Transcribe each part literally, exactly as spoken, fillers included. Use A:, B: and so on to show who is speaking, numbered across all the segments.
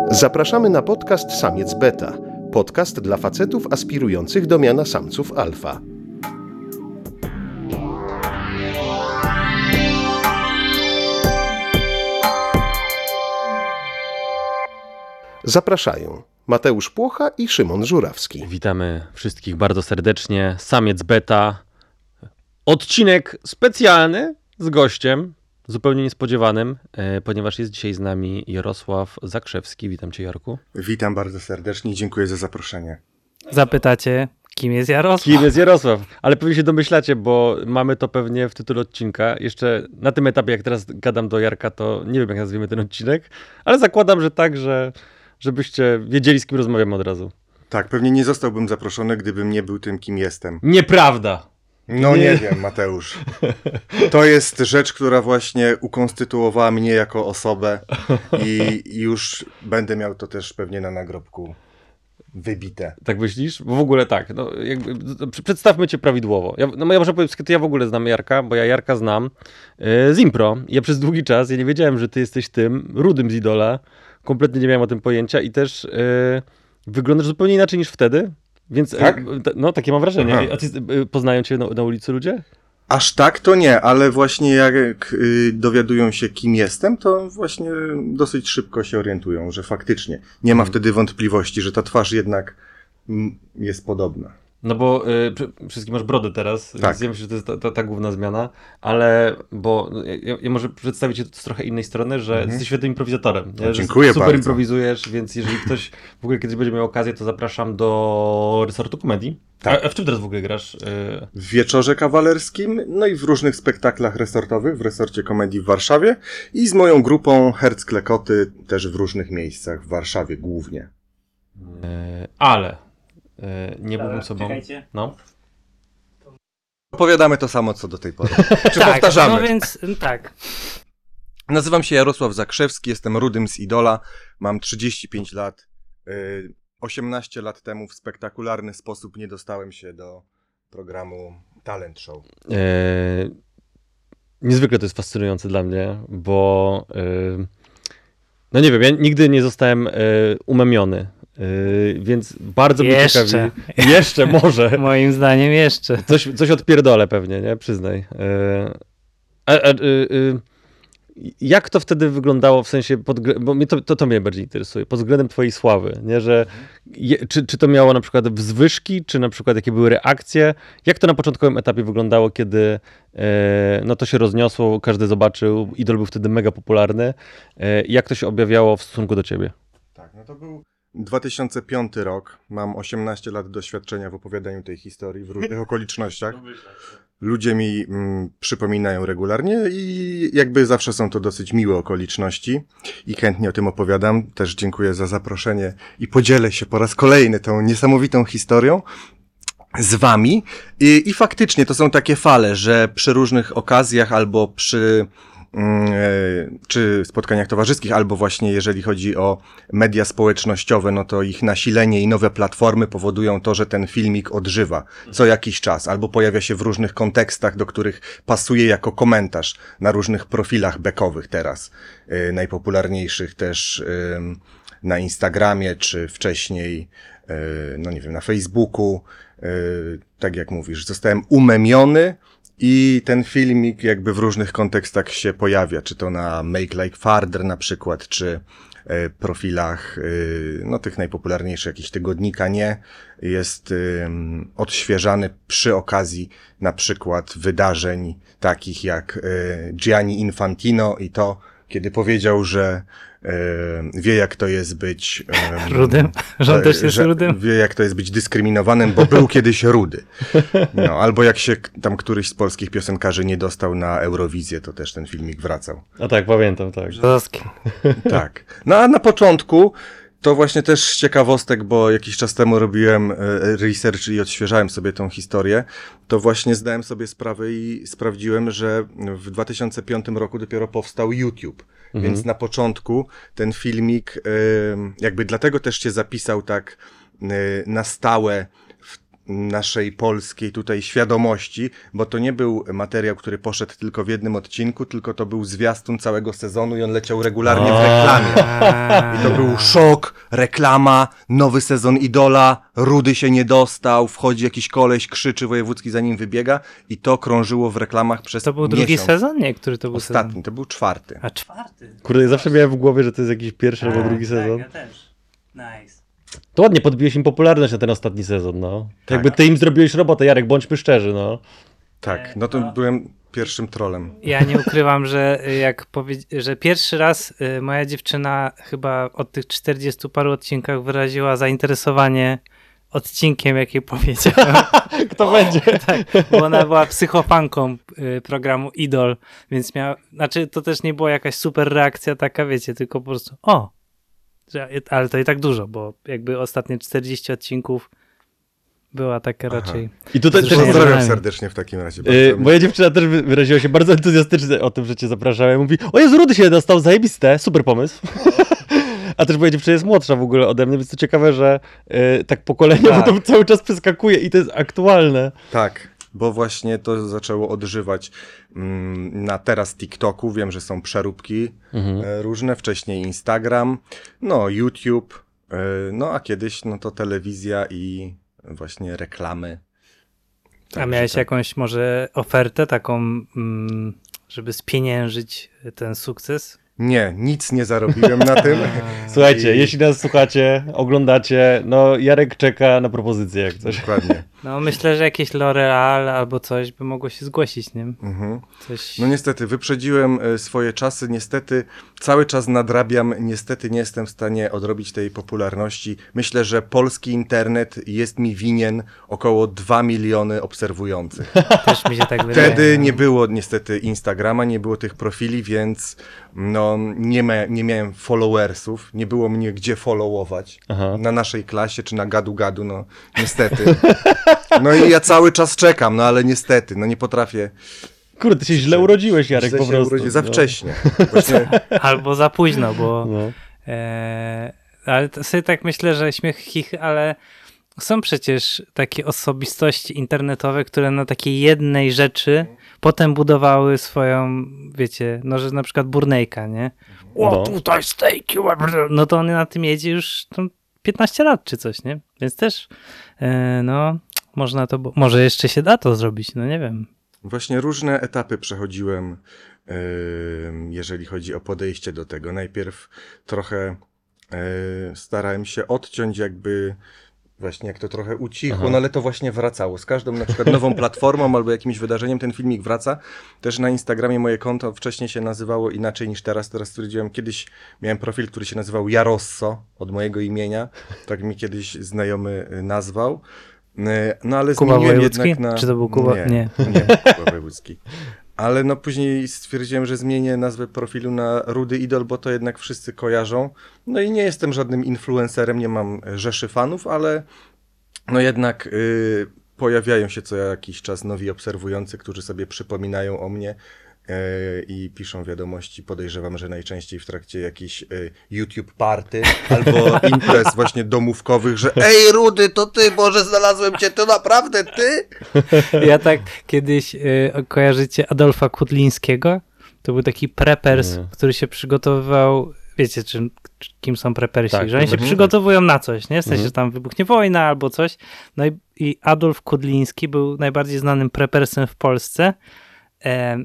A: Zapraszamy na podcast Samiec Beta. Podcast dla facetów aspirujących do miana samców alfa. Zapraszają Mateusz Płocha i Szymon Żurawski.
B: Witamy wszystkich bardzo serdecznie. Samiec Beta. Odcinek specjalny z gościem, zupełnie niespodziewanym, ponieważ jest dzisiaj z nami Jarosław Zakrzewski. Witam cię, Jarku.
C: Witam bardzo serdecznie i dziękuję za zaproszenie.
D: Zapytacie, kim jest Jarosław?
B: Kim jest Jarosław? Ale pewnie się domyślacie, bo mamy to pewnie w tytule odcinka. Jeszcze na tym etapie, jak teraz gadam do Jarka, to nie wiem, jak nazwiemy ten odcinek, ale zakładam, że tak, że żebyście wiedzieli, z kim rozmawiamy od razu.
C: Tak, pewnie nie zostałbym zaproszony, gdybym nie był tym, kim jestem.
B: Nieprawda!
C: No nie,
B: Nie.
C: nie wiem, Mateusz. To jest rzecz, która właśnie ukonstytuowała mnie jako osobę i już będę miał to też pewnie na nagrobku wybite.
B: Tak myślisz? Bo w ogóle tak, no jakby, to przedstawmy cię prawidłowo. Ja, no ja muszę powiedzieć, to ja w ogóle znam Jarka, bo ja Jarka znam yy, z impro. Ja przez długi czas, ja nie wiedziałem, że ty jesteś tym, rudym z Idola. Kompletnie nie miałem o tym pojęcia i też yy, wyglądasz zupełnie inaczej niż wtedy. Więc
C: Tak?
B: yy, t- no takie mam wrażenie.
C: Aha.
B: A ty yy, poznają cię na, na ulicy ludzie?
C: Aż tak to nie, ale właśnie jak y, dowiadują się, kim jestem, to właśnie dosyć szybko się orientują, że faktycznie nie ma wtedy wątpliwości, że ta twarz jednak mm, jest podobna.
B: No bo y, przy- wszystkim masz brodę teraz,
C: Tak.
B: więc ja myślę, że to jest ta, ta, ta główna zmiana, ale bo no, ja, ja może przedstawić cię z trochę innej strony, że jesteś świetnym improwizatorem.
C: No,
B: nie? Że
C: dziękuję
B: super
C: bardzo.
B: improwizujesz, więc jeżeli ktoś w ogóle kiedyś będzie miał okazję, to zapraszam do resortu komedii.
C: Tak.
B: A, a w czym teraz w ogóle grasz? Y,
C: W Wieczorze Kawalerskim, no i w różnych spektaklach resortowych, w resorcie komedii w Warszawie i z moją grupą Herc Klekoty też w różnych miejscach w Warszawie głównie.
B: y, ale y, nie byłbym sobą...
D: Czekajcie.
B: No.
C: Opowiadamy to samo, co do tej pory. Czy
D: Tak,
C: powtarzamy?
D: no więc tak.
C: Nazywam się Jarosław Zakrzewski, jestem rudym z Idola, mam trzydzieści pięć lat. Yy, osiemnaście lat temu w spektakularny sposób nie dostałem się do programu Talent Show.
B: E, niezwykle to jest fascynujące dla mnie, bo e, no nie wiem, ja nigdy nie zostałem e, umemiony, e, więc bardzo mnie
D: Jeszcze.
B: ciekawi. Jeszcze może.
D: Moim zdaniem jeszcze.
B: Coś, coś odpierdolę pewnie, nie? Przyznaj. E, a, a, e, e, jak to wtedy wyglądało, w sensie, pod, wzglę- bo mnie to, to, to mnie bardziej interesuje, pod względem twojej sławy, nie? Że je, czy, czy to miało na przykład wzwyżki, czy na przykład jakie były reakcje? Jak to na początkowym etapie wyglądało, kiedy e, no to się rozniosło, każdy zobaczył, Idol był wtedy mega popularny. E, jak to się objawiało w stosunku do ciebie?
C: Tak, no to był dwa tysiące piąty rok. Mam osiemnaście lat doświadczenia w opowiadaniu tej historii w różnych okolicznościach. Ludzie mi mm, przypominają regularnie i jakby zawsze są to dosyć miłe okoliczności i chętnie o tym opowiadam. Też dziękuję za zaproszenie i podzielę się po raz kolejny tą niesamowitą historią z wami. I, i faktycznie to są takie fale, że przy różnych okazjach albo przy mm, e, czy spotkaniach towarzyskich, albo właśnie jeżeli chodzi o media społecznościowe, no to ich nasilenie i nowe platformy powodują to, że ten filmik odżywa co jakiś czas, albo pojawia się w różnych kontekstach, do których pasuje jako komentarz na różnych profilach bekowych teraz, e, najpopularniejszych też e, na Instagramie, czy wcześniej, e, no nie wiem, na Facebooku. E, tak jak mówisz, zostałem umemiony i ten filmik jakby w różnych kontekstach się pojawia, czy to na Make Like Farther na przykład, czy e, profilach e, no tych najpopularniejszych, jakichś tygodnika nie, jest e, odświeżany przy okazji na przykład wydarzeń takich jak e, Gianni Infantino i to, kiedy powiedział, że e, wie jak to jest być e,
D: Rudym? Że on
C: e,
D: też jest
C: że
D: rudym?
C: Wie jak to jest być dyskryminowanym, bo był kiedyś rudy. No, albo jak się k- tam któryś z polskich piosenkarzy nie dostał na Eurowizję, to też ten filmik wracał.
B: A tak, pamiętam, tak.
D: Brzozowski.
C: Tak. No a na początku to właśnie też z ciekawostek, bo jakiś czas temu robiłem e, research i odświeżałem sobie tą historię, to właśnie zdałem sobie sprawę i sprawdziłem, że w dwa tysiące piątym roku dopiero powstał YouTube.
B: Mhm.
C: Więc na początku ten filmik e, jakby dlatego też się zapisał tak e, na stałe w naszej polskiej tutaj świadomości, bo to nie był materiał, który poszedł tylko w jednym odcinku, tylko to był zwiastun całego sezonu i on leciał regularnie w reklamie. I to był szok, reklama, nowy sezon Idola, Rudy się nie dostał, wchodzi jakiś koleś, krzyczy, Wojewódzki za nim wybiega i to krążyło w reklamach przez
D: To był
C: miesiąc.
D: drugi sezon? Nie, który to był
C: Ostatni,
D: sezon?
C: to był czwarty.
D: A czwarty?
B: Kurde, zawsze miałem w głowie, że to jest jakiś pierwszy albo drugi sezon.
D: Tak, ja też. Nice.
B: To ładnie podbiłeś im popularność na ten ostatni sezon, no.
C: Tak.
B: Jakby ty im zrobiłeś robotę, Jarek, bądźmy szczerzy, no.
C: Tak, no to byłem pierwszym trolem.
D: Ja nie ukrywam, że jak powie- że pierwszy raz y, moja dziewczyna chyba od tych czterdziestu paru odcinkach wyraziła zainteresowanie odcinkiem, jaki powiedziałem.
B: Kto będzie?
D: Tak, bo ona była psychofanką y, programu Idol, więc miała, znaczy to też nie była jakaś super reakcja taka, wiecie, tylko po prostu o, że, ale to i tak dużo, bo jakby ostatnie czterdzieści odcinków była taka
C: Aha.
D: raczej.
B: I tutaj też
D: Zresztą
B: jest...
C: Pozdrawiam
D: znamy.
C: serdecznie w takim razie.
B: Yy,
C: Bardzo
B: moja dziewczyna też wy- wyraziła się bardzo entuzjastycznie o tym, że cię zapraszałem. Mówi, o Jezu, Rudy się dostał, zajebiste, super pomysł. A też moja dziewczyna jest młodsza w ogóle ode mnie, więc to ciekawe, że yy, tak pokolenie
C: Tak.
B: to cały czas przeskakuje i to jest aktualne.
C: Tak, bo właśnie to zaczęło odżywać mm, na teraz TikToku. Wiem, że są przeróbki
B: Mhm.
C: e, różne, wcześniej Instagram, no YouTube, e, no a kiedyś no to telewizja i właśnie reklamy.
D: A
C: Także
D: miałeś
C: tak.
D: jakąś może ofertę taką, mm, żeby spieniężyć ten sukces?
C: Nie, nic nie zarobiłem na tym.
B: Słuchajcie,
C: I-
B: jeśli nas słuchacie, oglądacie, no Jarek czeka na propozycję jak coś.
C: Dokładnie.
D: No myślę, że jakieś L'Oreal albo coś by mogło się zgłosić, nie?
C: Mhm.
D: Coś...
C: No niestety, wyprzedziłem e, swoje czasy, niestety cały czas nadrabiam, niestety nie jestem w stanie odrobić tej popularności. Myślę, że polski internet jest mi winien około dwa miliony obserwujących.
D: Też mi się tak wydaje.
C: Wtedy nie było niestety Instagrama, nie było tych profili, więc no, nie, ma, nie miałem followersów, nie było mnie gdzie followować
B: Aha.
C: na naszej klasie czy na gadu-gadu, no niestety. No i ja cały czas czekam, no ale niestety, no nie potrafię.
B: Kurde, ty się źle urodziłeś, Jarek,
C: Źle
B: po
C: się
B: prostu.
C: urodziłem, za
B: no.
C: wcześnie. Właśnie,
D: Albo za późno, bo...
B: No.
D: E, ale to sobie tak myślę, że śmiech, chich, ale są przecież takie osobistości internetowe, które na takiej jednej rzeczy potem budowały swoją, wiecie, no że na przykład Burnejka, nie? O,
B: No.
D: tutaj stejki, no to on na tym jedzie już tam piętnaście lat czy coś, nie? Więc też, e, no, można to, bo- może jeszcze się da to zrobić, no nie wiem.
C: właśnie różne etapy przechodziłem, yy, jeżeli chodzi o podejście do tego. Najpierw trochę yy, starałem się odciąć jakby właśnie jak to trochę ucichło,
B: Aha.
C: no ale to właśnie wracało. Z każdą na przykład nową platformą albo jakimś wydarzeniem ten filmik wraca. Też na Instagramie moje konto wcześniej się nazywało inaczej niż teraz. Teraz stwierdziłem, kiedyś miałem profil, który się nazywał Jarosso od mojego imienia. Tak mi kiedyś znajomy y, nazwał. Y, No ale
D: Kuba
C: zmieniłem
D: Wojewódzki?
C: jednak na...
D: Czy to był Kuba?
C: Nie,
D: Nie.
C: nie Kuba Wojewódzki. Ale no później stwierdziłem, że zmienię nazwę profilu na Rudy Idol, bo to jednak wszyscy kojarzą. No i nie jestem żadnym influencerem, nie mam rzeszy fanów, ale no jednak y, pojawiają się co jakiś czas nowi obserwujący, którzy sobie przypominają o mnie y, i piszą wiadomości. Podejrzewam, że najczęściej w trakcie jakichś y, YouTube party albo imprez właśnie domówkowych, że ej Rudy, to ty, Boże, znalazłem cię, to naprawdę ty?
D: Ja tak kiedyś y, kojarzycie Adolfa Kudlińskiego? To był taki preppers,
B: Nie.
D: który się przygotowywał, wiecie czym, kim są prepersi,
B: Tak,
D: że oni się
B: mhm.
D: przygotowują na coś, nie? W sensie,
B: Mhm.
D: że tam wybuchnie wojna albo coś. No i, i Adolf Kudliński był najbardziej znanym prepersem w Polsce em,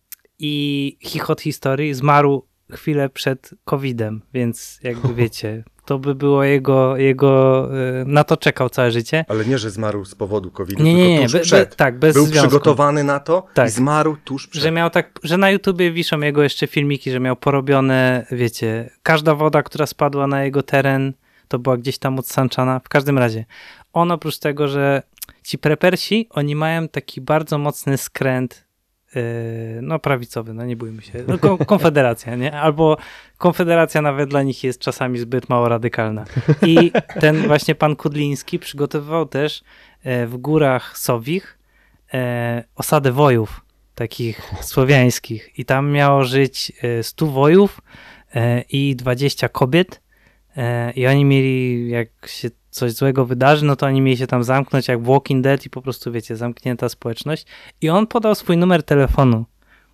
D: i chichot historii zmarł chwilę przed kowidem, więc jakby wiecie, to by było jego, jego y, na to czekał całe życie.
C: Ale nie, że zmarł z powodu kowida,
D: Nie, nie,
C: tylko
D: nie,
C: tuż
D: be, be,
C: przed.
D: tak, bez
C: Był
D: związku.
C: przygotowany na to
D: Tak.
C: i zmarł tuż przed.
D: Że miał tak, że na YouTubie wiszą jego jeszcze filmiki, że miał porobione, wiecie, każda woda, która spadła na jego teren, to była gdzieś tam odsanczana. W każdym razie, on oprócz tego, że ci prepersi, oni mają taki bardzo mocny skręt, yy, no prawicowy, no nie bójmy się, no, ko- konfederacja, nie? Albo konfederacja nawet dla nich jest czasami zbyt mało radykalna. I ten właśnie pan Kudliński przygotowywał też e, w górach Sowich e, osadę wojów, takich słowiańskich. I tam miało żyć e, stu wojów e, i dwadzieścia kobiet. E, I oni mieli, jak się coś złego wydarzy, no to oni mieli się tam zamknąć jak w Walking Dead i po prostu, wiecie, zamknięta społeczność. I on podał swój numer telefonu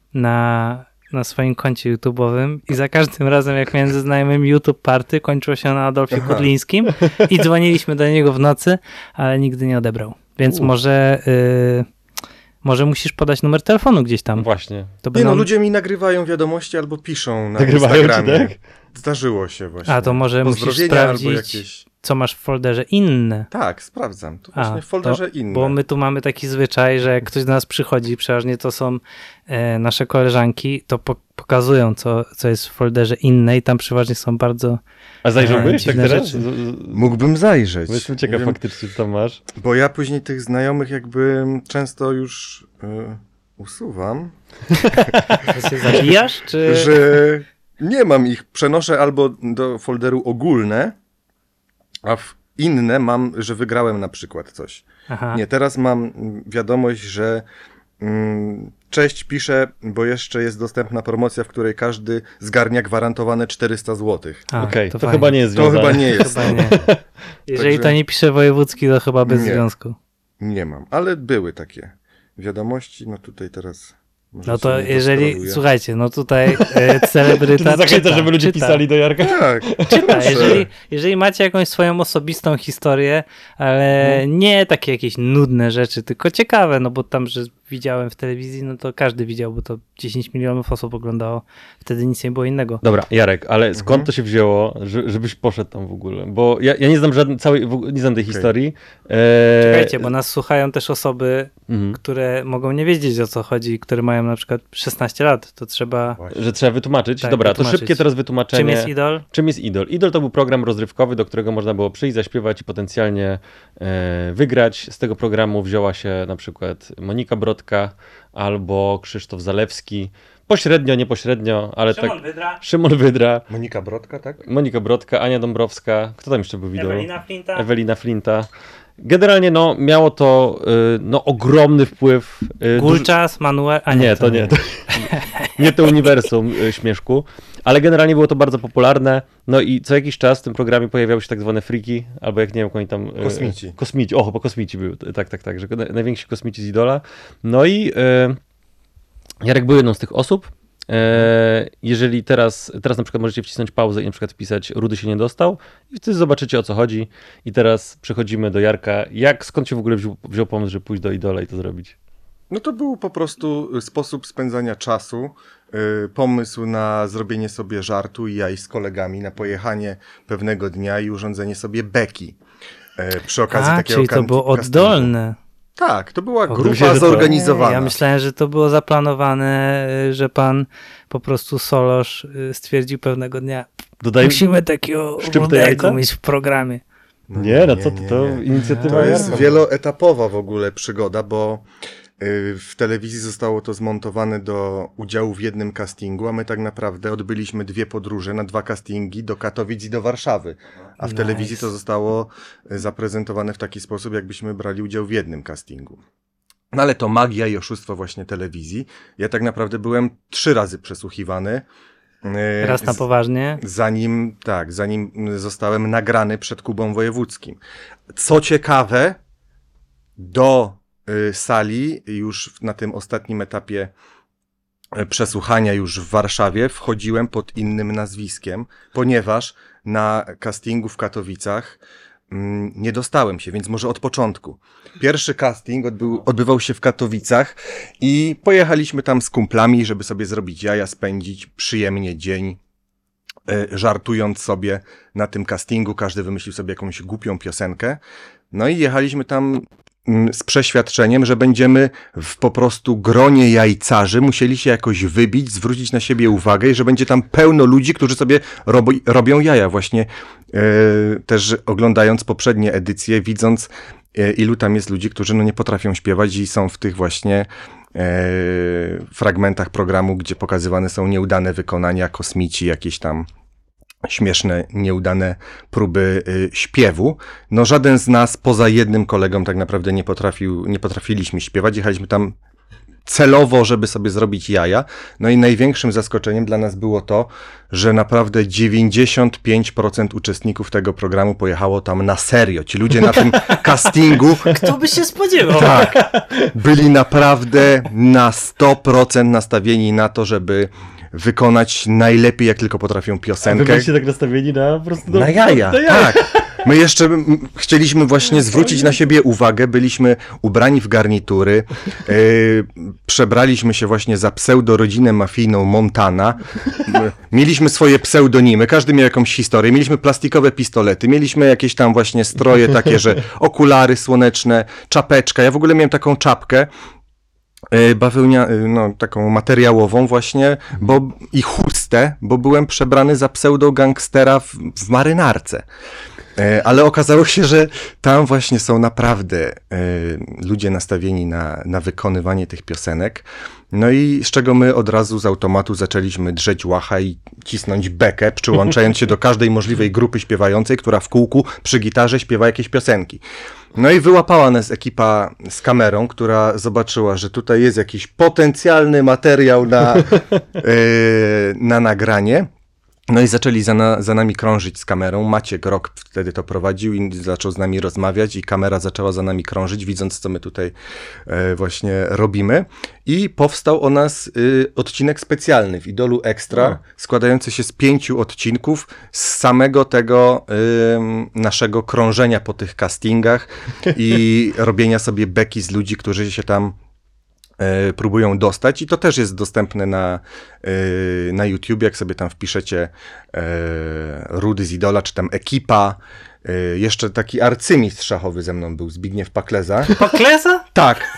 D: na, na swoim koncie YouTube'owym i za każdym razem, jak miałem ze znajomym YouTube Party, kończyło się na Adolfie
C: Aha.
D: Kudlińskim i dzwoniliśmy do niego w nocy, ale nigdy nie odebrał. Więc
B: U.
D: może... Yy, Może musisz podać numer telefonu gdzieś tam.
B: Właśnie.
D: To
C: Nie
D: będą...
C: no, ludzie mi nagrywają wiadomości albo piszą na
B: Nagrywają ci,
C: Instagramie.
B: tak?
C: Zdarzyło się właśnie.
D: A to może musisz
C: Pozdrowienia
D: sprawdzić,
C: albo jakieś...
D: co masz w folderze inne.
C: Tak, sprawdzam. To
D: A,
C: właśnie w folderze
D: to,
C: inne.
D: Bo my tu mamy taki zwyczaj, że jak ktoś do nas przychodzi, przeważnie to są e, nasze koleżanki, to po, pokazują, co, co jest w folderze inne i tam przeważnie są bardzo...
B: A zajrzałbyś
D: E,
B: tak
D: dziwne
B: teraz?
D: rzeczy.
B: Z- z-
C: Mógłbym zajrzeć.
B: Bo jestem
C: Nie
B: ciekaw
C: wiem,
B: faktycznie, co tam masz.
C: bo ja później tych znajomych jakby często już y, usuwam,
D: Że się zabijasz, czy...
C: że nie mam ich. Przenoszę albo do folderu ogólne, a w inne mam, że wygrałem na przykład coś.
D: Aha.
C: Nie, teraz mam mm, wiadomość, że mm, cześć, piszę, bo jeszcze jest dostępna promocja, w której każdy zgarnia gwarantowane czterysta złotych.
D: A,
B: Okej, to,
D: fajnie.
B: chyba nie jest
C: To
B: związane.
C: chyba nie jest.
D: Chyba nie. Jeżeli
C: Także-
D: to nie pisze wojewódzki, to chyba bez
C: Nie.
D: związku.
C: Nie mam, ale były takie wiadomości, no tutaj teraz... może
D: No to
C: sobie
D: jeżeli,
C: doskroluję.
D: słuchajcie, no tutaj e, celebryta
B: Zachęcasz,
D: czyta,
B: żeby ludzie
D: czyta.
B: pisali do Jarka?
C: Tak,
D: Czyta,
C: proszę.
D: jeżeli, jeżeli macie jakąś swoją osobistą historię, ale nie takie jakieś nudne rzeczy, tylko ciekawe, no bo tam, że widziałem w telewizji, no to każdy widział, bo to dziesięć milionów osób oglądało, wtedy nic nie było innego.
B: Dobra, Jarek, ale skąd
C: Mhm.
B: to się wzięło, że, żebyś poszedł tam w ogóle? Bo ja, ja nie znam żadnej, całej, w ogóle nie znam tej
C: Okej.
B: historii. E,
D: Czekajcie, bo nas słuchają też osoby,
B: mhm.
D: które mogą nie wiedzieć, o co chodzi, które mają na przykład szesnaście lat, to trzeba...
C: Właśnie.
B: Że trzeba wytłumaczyć.
D: Tak,
B: Dobra,
D: wytłumaczyć.
B: to szybkie teraz wytłumaczenie.
D: Czym jest idol?
B: Czym jest Idol? Idol to był program rozrywkowy, do którego można było przyjść, zaśpiewać i potencjalnie e, wygrać. Z tego programu wzięła się na przykład Monika Brodka albo Krzysztof Zalewski. Pośrednio, niepośrednio, ale tak.
D: Wydra,
B: Szymon Wydra,
C: Monika Brodka, tak?
B: Monika Brodka, Ania Dąbrowska. Kto tam jeszcze był w Idolu?
D: Flinta.
B: Ewelina Flinta. Generalnie no, miało to y, no, ogromny wpływ. Y,
D: Gulczas, Manuel... A
B: duży... Nie, to nie. To, nie to uniwersum y, śmieszku. Ale generalnie było to bardzo popularne. No i co jakiś czas w tym programie pojawiały się tak zwane friki, albo jak nie wiem, jak oni tam... y,
C: Kosmici.
B: Kosmici, o, chyba kosmici były. Tak, tak, tak, że na- najwięksi kosmici z Idola. No i y, Jarek był jedną z tych osób. E, Jeżeli teraz, teraz na przykład możecie wcisnąć pauzę i na przykład wpisać Rudy się nie dostał i wtedy zobaczycie, o co chodzi. I teraz przechodzimy do Jarka. Jak, skąd się w ogóle wziął, wziął pomysł, żeby pójść do Idola i to zrobić?
C: No to był po prostu sposób spędzania czasu, yy, pomysł na zrobienie sobie żartu i jaj z kolegami, na pojechanie pewnego dnia i urządzenie sobie beki. Yy, przy okazji
D: A,
C: takiego
D: czyli to
C: kan-
D: było
C: castingu.
D: oddolne.
C: Tak, to była
D: O,
C: grupa
B: myślę, że to-
C: zorganizowana.
D: Ja myślałem, że to było zaplanowane, y, że pan po prostu Solosz y, stwierdził pewnego dnia,
B: Dodaj...
D: musimy takiego
B: Szczyptę
D: młodego
B: jajca?
D: mieć w programie.
C: No
B: Nie, no co ty, to
C: nie.
B: inicjatywa
C: To jest
B: Jarka.
C: wieloetapowa w ogóle przygoda, bo y, w telewizji zostało to zmontowane do udziału w jednym castingu, a my tak naprawdę odbyliśmy dwie podróże na dwa castingi do Katowic i do Warszawy. A w
D: Nice.
C: telewizji to zostało y, zaprezentowane w taki sposób, jakbyśmy brali udział w jednym castingu. No ale to magia i oszustwo właśnie telewizji. Ja tak naprawdę byłem trzy razy przesłuchiwany. y,
D: Raz na
C: z-
D: poważnie.
C: Zanim, tak, zanim zostałem nagrany przed Kubą Wojewódzkim. Co ciekawe, do y, sali już na tym ostatnim etapie y, przesłuchania już w Warszawie wchodziłem pod innym nazwiskiem, ponieważ na castingu w Katowicach mm, nie dostałem się, więc może od początku. Pierwszy casting odbył, odbywał się w Katowicach i pojechaliśmy tam z kumplami, żeby sobie zrobić jaja, spędzić przyjemnie dzień, y, żartując sobie na tym castingu. Każdy wymyślił sobie jakąś głupią piosenkę. No i jechaliśmy tam mm, z przeświadczeniem, że będziemy w po prostu gronie jajcarzy musieli się jakoś wybić, zwrócić na siebie uwagę i że będzie tam pełno ludzi, którzy sobie robi, robią jaja. Właśnie e, też oglądając poprzednie edycje, widząc e, ilu tam jest ludzi, którzy no nie potrafią śpiewać i są w tych właśnie e, fragmentach programu, gdzie pokazywane są nieudane wykonania, kosmici, jakieś tam śmieszne, nieudane próby y, śpiewu. No żaden z nas, poza jednym kolegą, tak naprawdę nie potrafił, nie potrafiliśmy śpiewać. Jechaliśmy tam celowo, żeby sobie zrobić jaja. No i największym zaskoczeniem dla nas było to, że naprawdę dziewięćdziesiąt pięć procent uczestników tego programu pojechało tam na serio. Ci ludzie na tym castingu...
D: Kto by się spodziewał?
C: Tak, byli naprawdę na sto procent nastawieni na to, żeby wykonać najlepiej, jak tylko potrafią
B: A wy
C: piosenkę.
B: byliście tak nastawieni na po prostu...
C: Na jaja,
B: na jaja.
C: tak. My jeszcze m, chcieliśmy właśnie zwrócić na siebie uwagę, byliśmy ubrani w garnitury, yy, przebraliśmy się właśnie za pseudorodzinę mafijną Montana, M- mieliśmy swoje pseudonimy, każdy miał jakąś historię, mieliśmy plastikowe pistolety, mieliśmy jakieś tam właśnie stroje takie, że okulary słoneczne, czapeczka, ja w ogóle miałem taką czapkę, yy, bawełnia, yy, no taką materiałową właśnie, bo i chustę, bo byłem przebrany za pseudogangstera w, w marynarce. Ale okazało się, że tam właśnie są naprawdę y, ludzie nastawieni na, na wykonywanie tych piosenek. No i z czego my od razu z automatu zaczęliśmy drzeć łacha i cisnąć bekę, przyłączając się do każdej możliwej grupy śpiewającej, która w kółku przy gitarze śpiewa jakieś piosenki. No i wyłapała nas ekipa z kamerą, która zobaczyła, że tutaj jest jakiś potencjalny materiał na, y, na nagranie. No i zaczęli za, na, za nami krążyć z kamerą. Maciek Rok wtedy to prowadził i zaczął z nami rozmawiać i kamera zaczęła za nami krążyć, widząc, co my tutaj e, właśnie robimy. I powstał o nas y, odcinek specjalny w Idolu Extra,
B: O.
C: składający się z pięciu odcinków z samego tego y, naszego krążenia po tych castingach i robienia sobie beki z ludzi, którzy się tam próbują dostać i to też jest dostępne na, na YouTube, jak sobie tam wpiszecie Rudy z Idola, czy tam ekipa. Jeszcze taki arcymistrz szachowy ze mną był, Zbigniew Pakleza.
D: Pakleza?
C: Tak.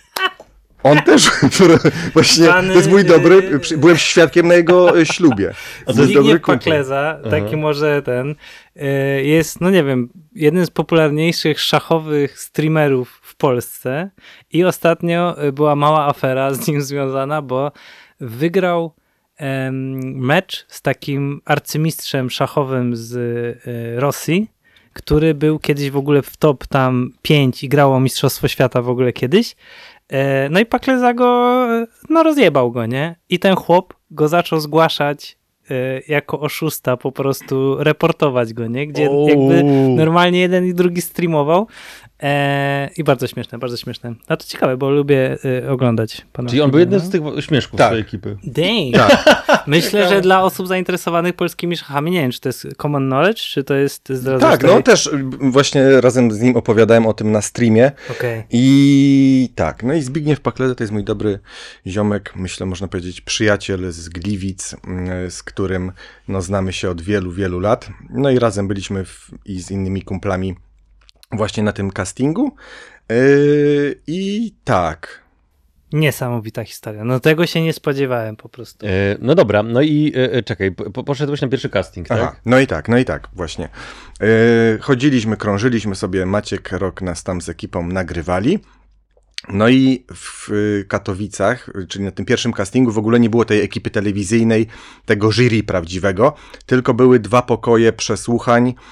C: On też właśnie,
D: Pan,
C: to jest mój dobry, przy- byłem świadkiem na jego ślubie. To jest dobry
D: Zbigniew
C: kumpel.
D: Pakleza, taki
B: Aha.
D: może ten, y, jest, no nie wiem, jednym z popularniejszych szachowych streamerów w Polsce i ostatnio y, była mała afera z nim związana, bo wygrał em, mecz z takim arcymistrzem szachowym z y, Rosji, który był kiedyś w ogóle w top tam pięć i grało Mistrzostwo Świata w ogóle kiedyś. E, No i Pakleza go, no rozjebał go, nie? I ten chłop go zaczął zgłaszać e, jako oszusta, po prostu reportować go, nie? Gdzie
B: Ouu.
D: jakby normalnie jeden i drugi streamował. E, I bardzo śmieszne, bardzo śmieszne. A to ciekawe, bo lubię e, oglądać pana.
B: Czyli on był jednym z
D: no.
B: tych śmieszków
C: Tak.
B: swojej ekipy.
D: Dang.
C: Tak.
D: Myślę, że dla osób zainteresowanych polskimi szachami, nie wiem, czy to jest common knowledge, czy to jest zdradzasz
C: Tak, no też y, właśnie razem z nim opowiadałem o tym na streamie.
D: Okej.
C: I tak, no i Zbigniew Pakleza to jest mój dobry ziomek, myślę, można powiedzieć przyjaciel z Gliwic, mm, z którym no, znamy się od wielu, wielu lat. No i razem byliśmy w, i z innymi kumplami właśnie na tym castingu. Yy, I tak.
D: Niesamowita historia. No tego się nie spodziewałem po prostu.
B: E, No dobra, no i e, e, czekaj, po, poszedłeś na pierwszy casting, tak?
C: Aha, no i tak, no i tak, właśnie. Yy, chodziliśmy, krążyliśmy sobie, Maciek Rok nas tam z ekipą nagrywali. No i w Katowicach, czyli na tym pierwszym castingu w ogóle nie było tej ekipy telewizyjnej, tego jury prawdziwego, tylko były dwa pokoje przesłuchań, yy,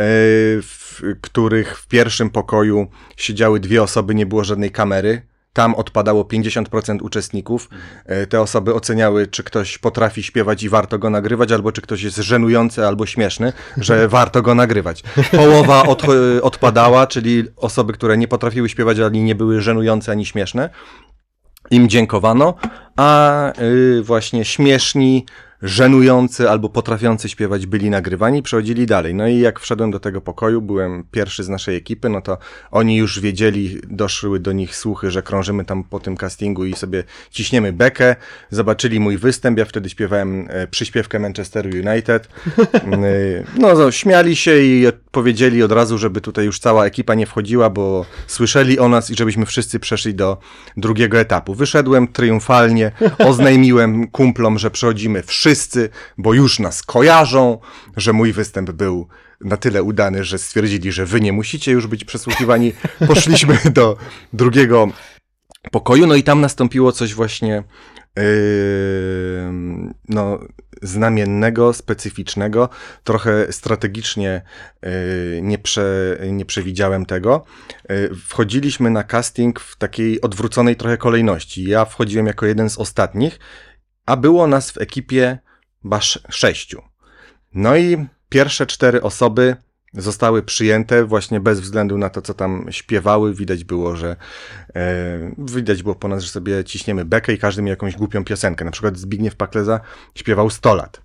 C: w których w pierwszym pokoju siedziały dwie osoby, nie było żadnej kamery. Tam odpadało pięćdziesiąt procent uczestników. E, Te osoby oceniały, czy ktoś potrafi śpiewać i warto go nagrywać, albo czy ktoś jest żenujący albo śmieszny, że warto go nagrywać. Połowa od, odpadała, czyli osoby, które nie potrafiły śpiewać, ani nie były żenujące, ani śmieszne. Im dziękowano, a y, właśnie śmieszni, żenujący albo potrafiący śpiewać byli nagrywani, przechodzili dalej. No i jak wszedłem do tego pokoju, byłem pierwszy z naszej ekipy, no to oni już wiedzieli, doszły do nich słuchy, że krążymy tam po tym castingu i sobie ciśniemy bekę. Zobaczyli mój występ, ja wtedy śpiewałem e, przyśpiewkę Manchester United. Y, No, no, śmiali się i powiedzieli od razu, żeby tutaj już cała ekipa nie wchodziła, bo słyszeli o nas i żebyśmy wszyscy przeszli do drugiego etapu. Wyszedłem triumfalnie, oznajmiłem kumplom, że przechodzimy wszyscy, bo już nas kojarzą, że mój występ był na tyle udany, że stwierdzili, że wy nie musicie już być przesłuchiwani. Poszliśmy do drugiego pokoju, no i tam nastąpiło coś właśnie no, znamiennego, specyficznego. Trochę strategicznie nie, prze, nie przewidziałem tego. Wchodziliśmy na casting w takiej odwróconej trochę kolejności. Ja wchodziłem jako jeden z ostatnich, a było nas w ekipie chyba sześciu. No i pierwsze cztery osoby zostały przyjęte właśnie bez względu na to, co tam śpiewały. Widać było, że e, widać było po nas, że sobie ciśniemy bekę i każdy miał jakąś głupią piosenkę. Na przykład Zbigniew Pakleza śpiewał sto lat.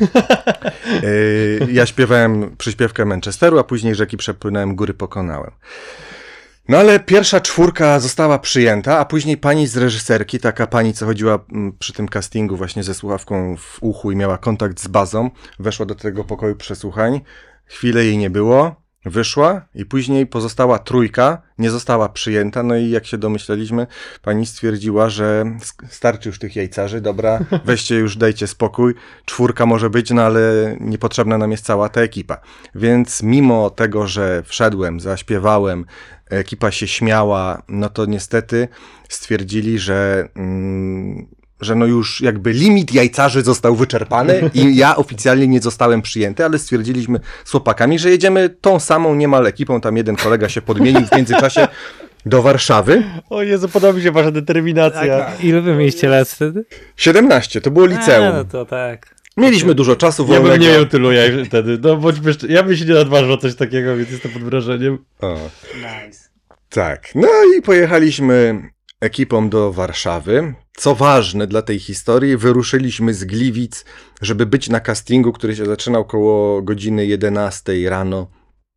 C: E, ja śpiewałem przyśpiewkę Manchesteru, a później rzeki przepłynąłem, góry pokonałem. No ale pierwsza czwórka została przyjęta, a później pani z reżyserki, taka pani, co chodziła przy tym castingu właśnie ze słuchawką w uchu i miała kontakt z bazą, weszła do tego pokoju przesłuchań. Chwilę jej nie było, wyszła i później pozostała trójka, nie została przyjęta, no i jak się domyśleliśmy, pani stwierdziła, że starczy już tych jajcarzy, dobra, weźcie już, dajcie spokój, czwórka może być, no ale niepotrzebna nam jest cała ta ekipa. Więc mimo tego, że wszedłem, zaśpiewałem, ekipa się śmiała, no to niestety stwierdzili, że... Mm, że no już jakby limit jajcarzy został wyczerpany i ja oficjalnie nie zostałem przyjęty, ale stwierdziliśmy z chłopakami, że jedziemy tą samą niemal ekipą, tam jeden kolega się podmienił w międzyczasie do Warszawy.
B: O Jezu, podoba mi się wasza determinacja.
D: Tak, ile wy mieliście lat wtedy?
C: siedemnaście, to było liceum.
D: A, no to tak.
C: Mieliśmy dużo czasu
B: Ja
C: wolnego.
B: bym nie miał tylu jaj wtedy. No bądźmy szczerzy, ja bym się nie nadważył coś takiego, więc jestem pod wrażeniem.
C: O,
D: Nice.
C: tak, no i pojechaliśmy ekipą do Warszawy. Co ważne dla tej historii, wyruszyliśmy z Gliwic, żeby być na castingu, który się zaczynał koło godziny jedenastej rano.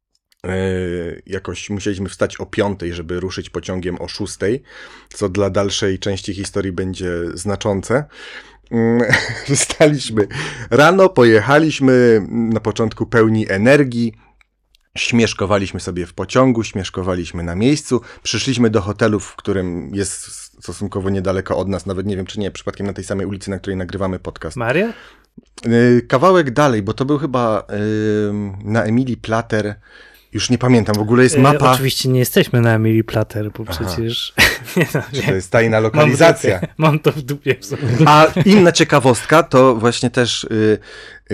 C: Yy, jakoś musieliśmy wstać o piątej, żeby ruszyć pociągiem o szóstej, co dla dalszej części historii będzie znaczące. Yy, wstaliśmy rano, pojechaliśmy na początku pełni energii. Śmieszkowaliśmy sobie w pociągu, śmieszkowaliśmy na miejscu, przyszliśmy do hotelu, w którym jest stosunkowo niedaleko od nas, nawet nie wiem, czy nie, przypadkiem na tej samej ulicy, na której nagrywamy podcast.
D: Maria?
C: Yy, kawałek dalej, bo to był chyba yy, na Emilii Plater, już nie pamiętam, w ogóle jest mapa...
D: E, oczywiście nie jesteśmy na Emilii Plater, bo
C: Aha.
D: przecież... nie, no,
C: Czy
D: nie.
C: to jest tajna
D: Mam,
C: lokalizacja.
D: w dupie, mam to w dupie. W sobie.
C: A inna ciekawostka, to właśnie też yy, yy,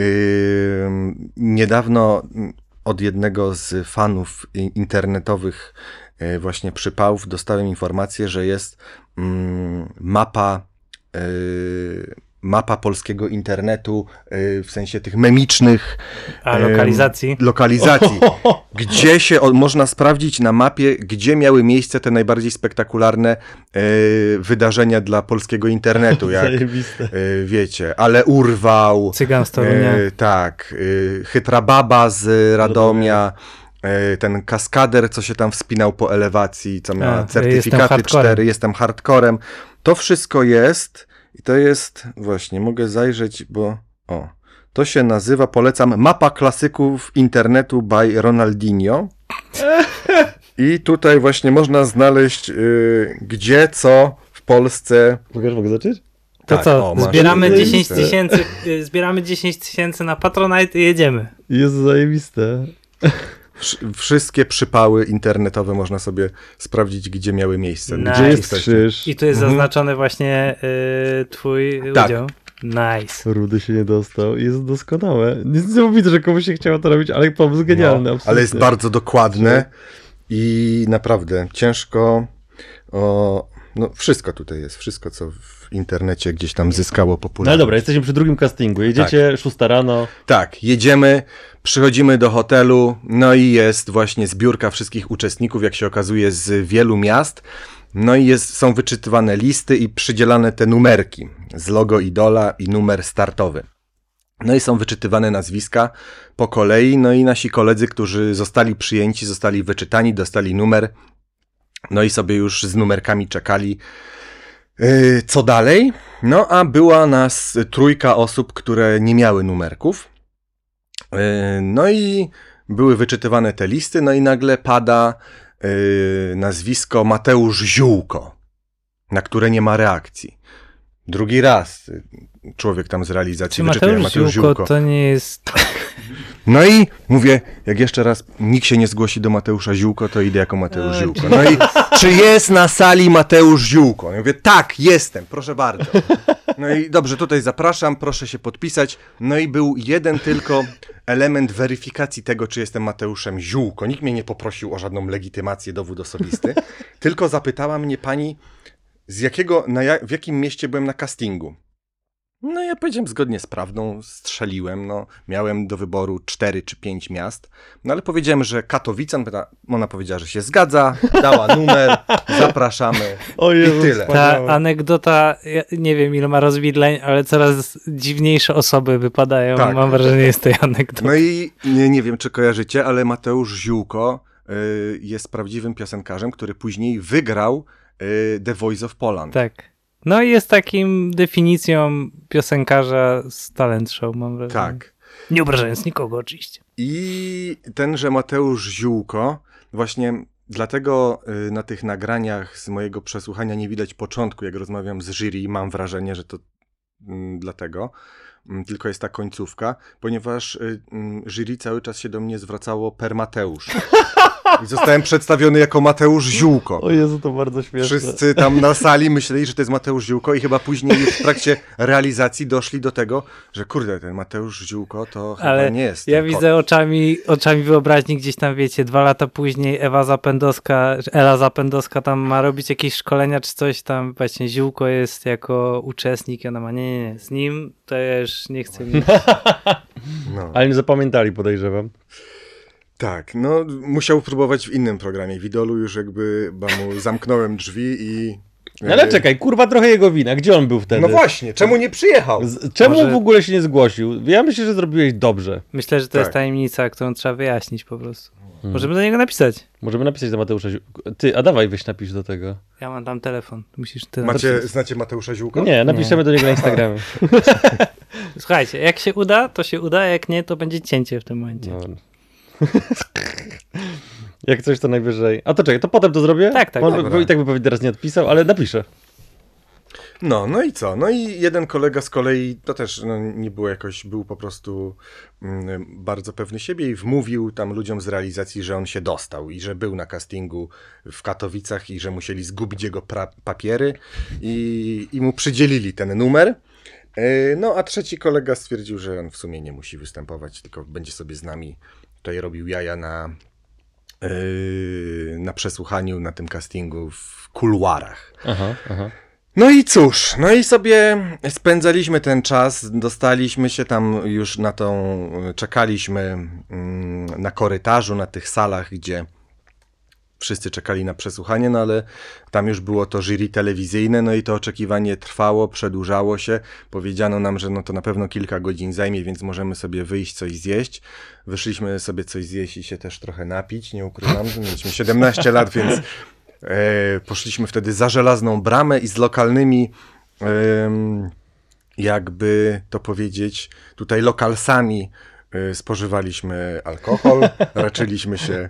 C: niedawno od jednego z fanów internetowych yy, właśnie przypałów dostałem informację, że jest yy, mapa yy, mapa polskiego internetu, yy, w sensie tych memicznych
D: A
C: yy,
D: lokalizacji?
C: lokalizacji, gdzie się o, można sprawdzić na mapie, gdzie miały miejsce te najbardziej spektakularne yy, wydarzenia dla polskiego internetu, jak
B: Zajebiste.
C: yy, wiecie, ale urwał,
D: Cygan z Torunia.
C: yy, tak, yy, chytra baba z Radomia, yy, ten kaskader, co się tam wspinał po elewacji, co miała
D: A, jestem
C: certyfikaty
D: hardcorem.
C: cztery, jestem hardcorem. To wszystko jest i to jest, właśnie, mogę zajrzeć, bo o, to się nazywa, polecam, Mapa klasyków internetu by Ronaldinho. I tutaj właśnie można znaleźć, yy, gdzie, co w Polsce.
B: Mogę, mogę zacząć?
D: To
C: Tak,
D: co,
C: o, masz
D: zbieramy
C: tutaj
D: dziesięć
C: listę.
D: tysięcy, y, zbieramy dziesięć tysięcy na Patronite i jedziemy.
B: Jest zajebiste.
C: Wsz- Wszystkie przypały internetowe można sobie sprawdzić, gdzie miały miejsce.
D: Nice.
B: Gdzie jest
C: jesteście.
B: krzyż?
D: I tu jest
C: Mhm.
D: zaznaczony właśnie y, twój
C: Tak.
D: udział. Nice.
B: Rudy się nie dostał. Jest doskonałe. Nic nie mówię, że komuś się chciało to robić, ale pomysł genialny.
C: No,
B: absolutnie.
C: ale jest bardzo dokładne i naprawdę ciężko o... No wszystko tutaj jest, wszystko co w internecie gdzieś tam zyskało
B: No
C: popularność.
B: dobra, jesteśmy przy drugim castingu. Jedziecie szósta rano.
C: Tak, jedziemy, przychodzimy do hotelu, no i jest właśnie zbiórka wszystkich uczestników, jak się okazuje, z wielu miast. No i jest, są wyczytywane listy i przydzielane te numerki z logo idola i numer startowy. No i są wyczytywane nazwiska po kolei, no i nasi koledzy, którzy zostali przyjęci, zostali wyczytani, dostali numer, no i sobie już z numerkami czekali. Yy, co dalej? No a była nas trójka osób, które nie miały numerków. Yy, no i były wyczytywane te listy, no i nagle pada yy, nazwisko Mateusz Ziółko, na które nie ma reakcji. Drugi raz y, człowiek tam z realizacji
D: Czy
C: wyczytuje
D: Mateusz,
C: Mateusz
D: Ziółko,
C: Ziółko.
D: to nie jest...
C: No i mówię, jak jeszcze raz nikt się nie zgłosi do Mateusza Ziółko, to idę jako Mateusz Ziółko. No i czy jest na sali Mateusz Ziółko? Ja mówię, tak, jestem, proszę bardzo. No i dobrze, tutaj zapraszam, proszę się podpisać. No i był jeden tylko element weryfikacji tego, czy jestem Mateuszem Ziółko. Nikt mnie nie poprosił o żadną legitymację, dowód osobisty, tylko zapytała mnie pani, z jakiego, na ja, w jakim mieście byłem na castingu. No ja powiedziałem zgodnie z prawdą, strzeliłem, no miałem do wyboru cztery czy pięć miast, no ale powiedziałem, że Katowice, ona powiedziała, że się zgadza, dała numer, zapraszamy
B: O
C: i
B: Jezus,
C: tyle.
D: Ta anegdota, ja nie wiem ile ma rozwidleń, ale coraz dziwniejsze osoby wypadają,
C: Tak.
D: mam wrażenie, z tej anegdoty.
C: No i nie, nie wiem, czy kojarzycie, ale Mateusz Ziółko y, jest prawdziwym piosenkarzem, który później wygrał y, The Voice of Poland.
D: Tak. No i jest takim definicją piosenkarza z talent show, mam wrażenie.
C: Tak.
D: Nie obrażając nikogo oczywiście.
C: I tenże Mateusz Ziółko, właśnie dlatego y, na tych nagraniach z mojego przesłuchania nie widać początku, jak rozmawiam z jury, mam wrażenie, że to mm, dlatego, mm, tylko jest ta końcówka, ponieważ y, mm, jury cały czas się do mnie zwracało per Mateusz. I zostałem przedstawiony jako Mateusz Ziółko.
B: O Jezu, to bardzo śmieszne.
C: Wszyscy tam na sali myśleli, że to jest Mateusz Ziółko i chyba później już w trakcie realizacji doszli do tego, że kurde, ten Mateusz Ziółko to chyba
D: Ale
C: nie jest
D: ja
C: ten
D: widzę
C: kot.
D: oczami, oczami wyobraźni gdzieś tam, wiecie, dwa lata później Ewa Zapędowska, Ela Zapędowska tam ma robić jakieś szkolenia czy coś tam, właśnie Ziółko jest jako uczestnik i ona ma, nie, nie, nie, z nim to ja już nie chcę mieć.
C: No.
B: Ale nie zapamiętali, podejrzewam.
C: Tak, no musiał próbować w innym programie. W Idolu już jakby ba mu zamknąłem drzwi i...
B: No ale czekaj, kurwa, trochę jego wina. Gdzie on był wtedy?
C: No właśnie, czemu nie przyjechał?
B: Z, czemu
D: Może-
B: w ogóle się nie zgłosił? Ja myślę, że zrobiłeś dobrze.
D: Myślę, że to
C: Tak.
D: jest tajemnica, którą trzeba wyjaśnić po prostu.
B: Hmm.
D: Możemy do niego napisać.
B: Możemy napisać do Mateusza Ziółko. Ty, a dawaj weź napisz do tego.
D: Ja mam tam telefon, musisz ty
C: Macie,
D: napisać.
C: znacie Mateusza Ziółko?
B: Nie, napiszemy do niego na Instagramie.
D: Słuchajcie, jak się uda, to się uda, jak nie, to będzie cięcie w tym momencie.
B: No. Jak coś, to najwyżej. A to czekaj, to potem to zrobię?
D: Tak, tak,
B: On
C: dobra.
B: by, i tak by pewnie teraz nie odpisał, ale napiszę.
C: No, no i co? No i jeden kolega z kolei, to też no, nie było jakoś, był po prostu mm, bardzo pewny siebie i wmówił tam ludziom z realizacji, że on się dostał i że był na castingu w Katowicach i że musieli zgubić jego pra- papiery i, i mu przydzielili ten numer. Yy, No a trzeci kolega stwierdził, że on w sumie nie musi występować, tylko będzie sobie z nami tutaj robił jaja na, yy, na przesłuchaniu, na tym castingu w kuluarach.
B: Aha, aha.
C: No i cóż, no i sobie spędzaliśmy ten czas, dostaliśmy się tam już na tą, czekaliśmy mm, na korytarzu, na tych salach, gdzie wszyscy czekali na przesłuchanie, no ale tam już było to jury telewizyjne, no i to oczekiwanie trwało, przedłużało się. Powiedziano nam, że no to na pewno kilka godzin zajmie, więc możemy sobie wyjść, coś zjeść. Wyszliśmy sobie coś zjeść i się też trochę napić, nie ukrywam, że mieliśmy siedemnaście lat, więc e, poszliśmy wtedy za żelazną bramę i z lokalnymi em, jakby to powiedzieć, tutaj lokalsami e, spożywaliśmy alkohol, raczyliśmy się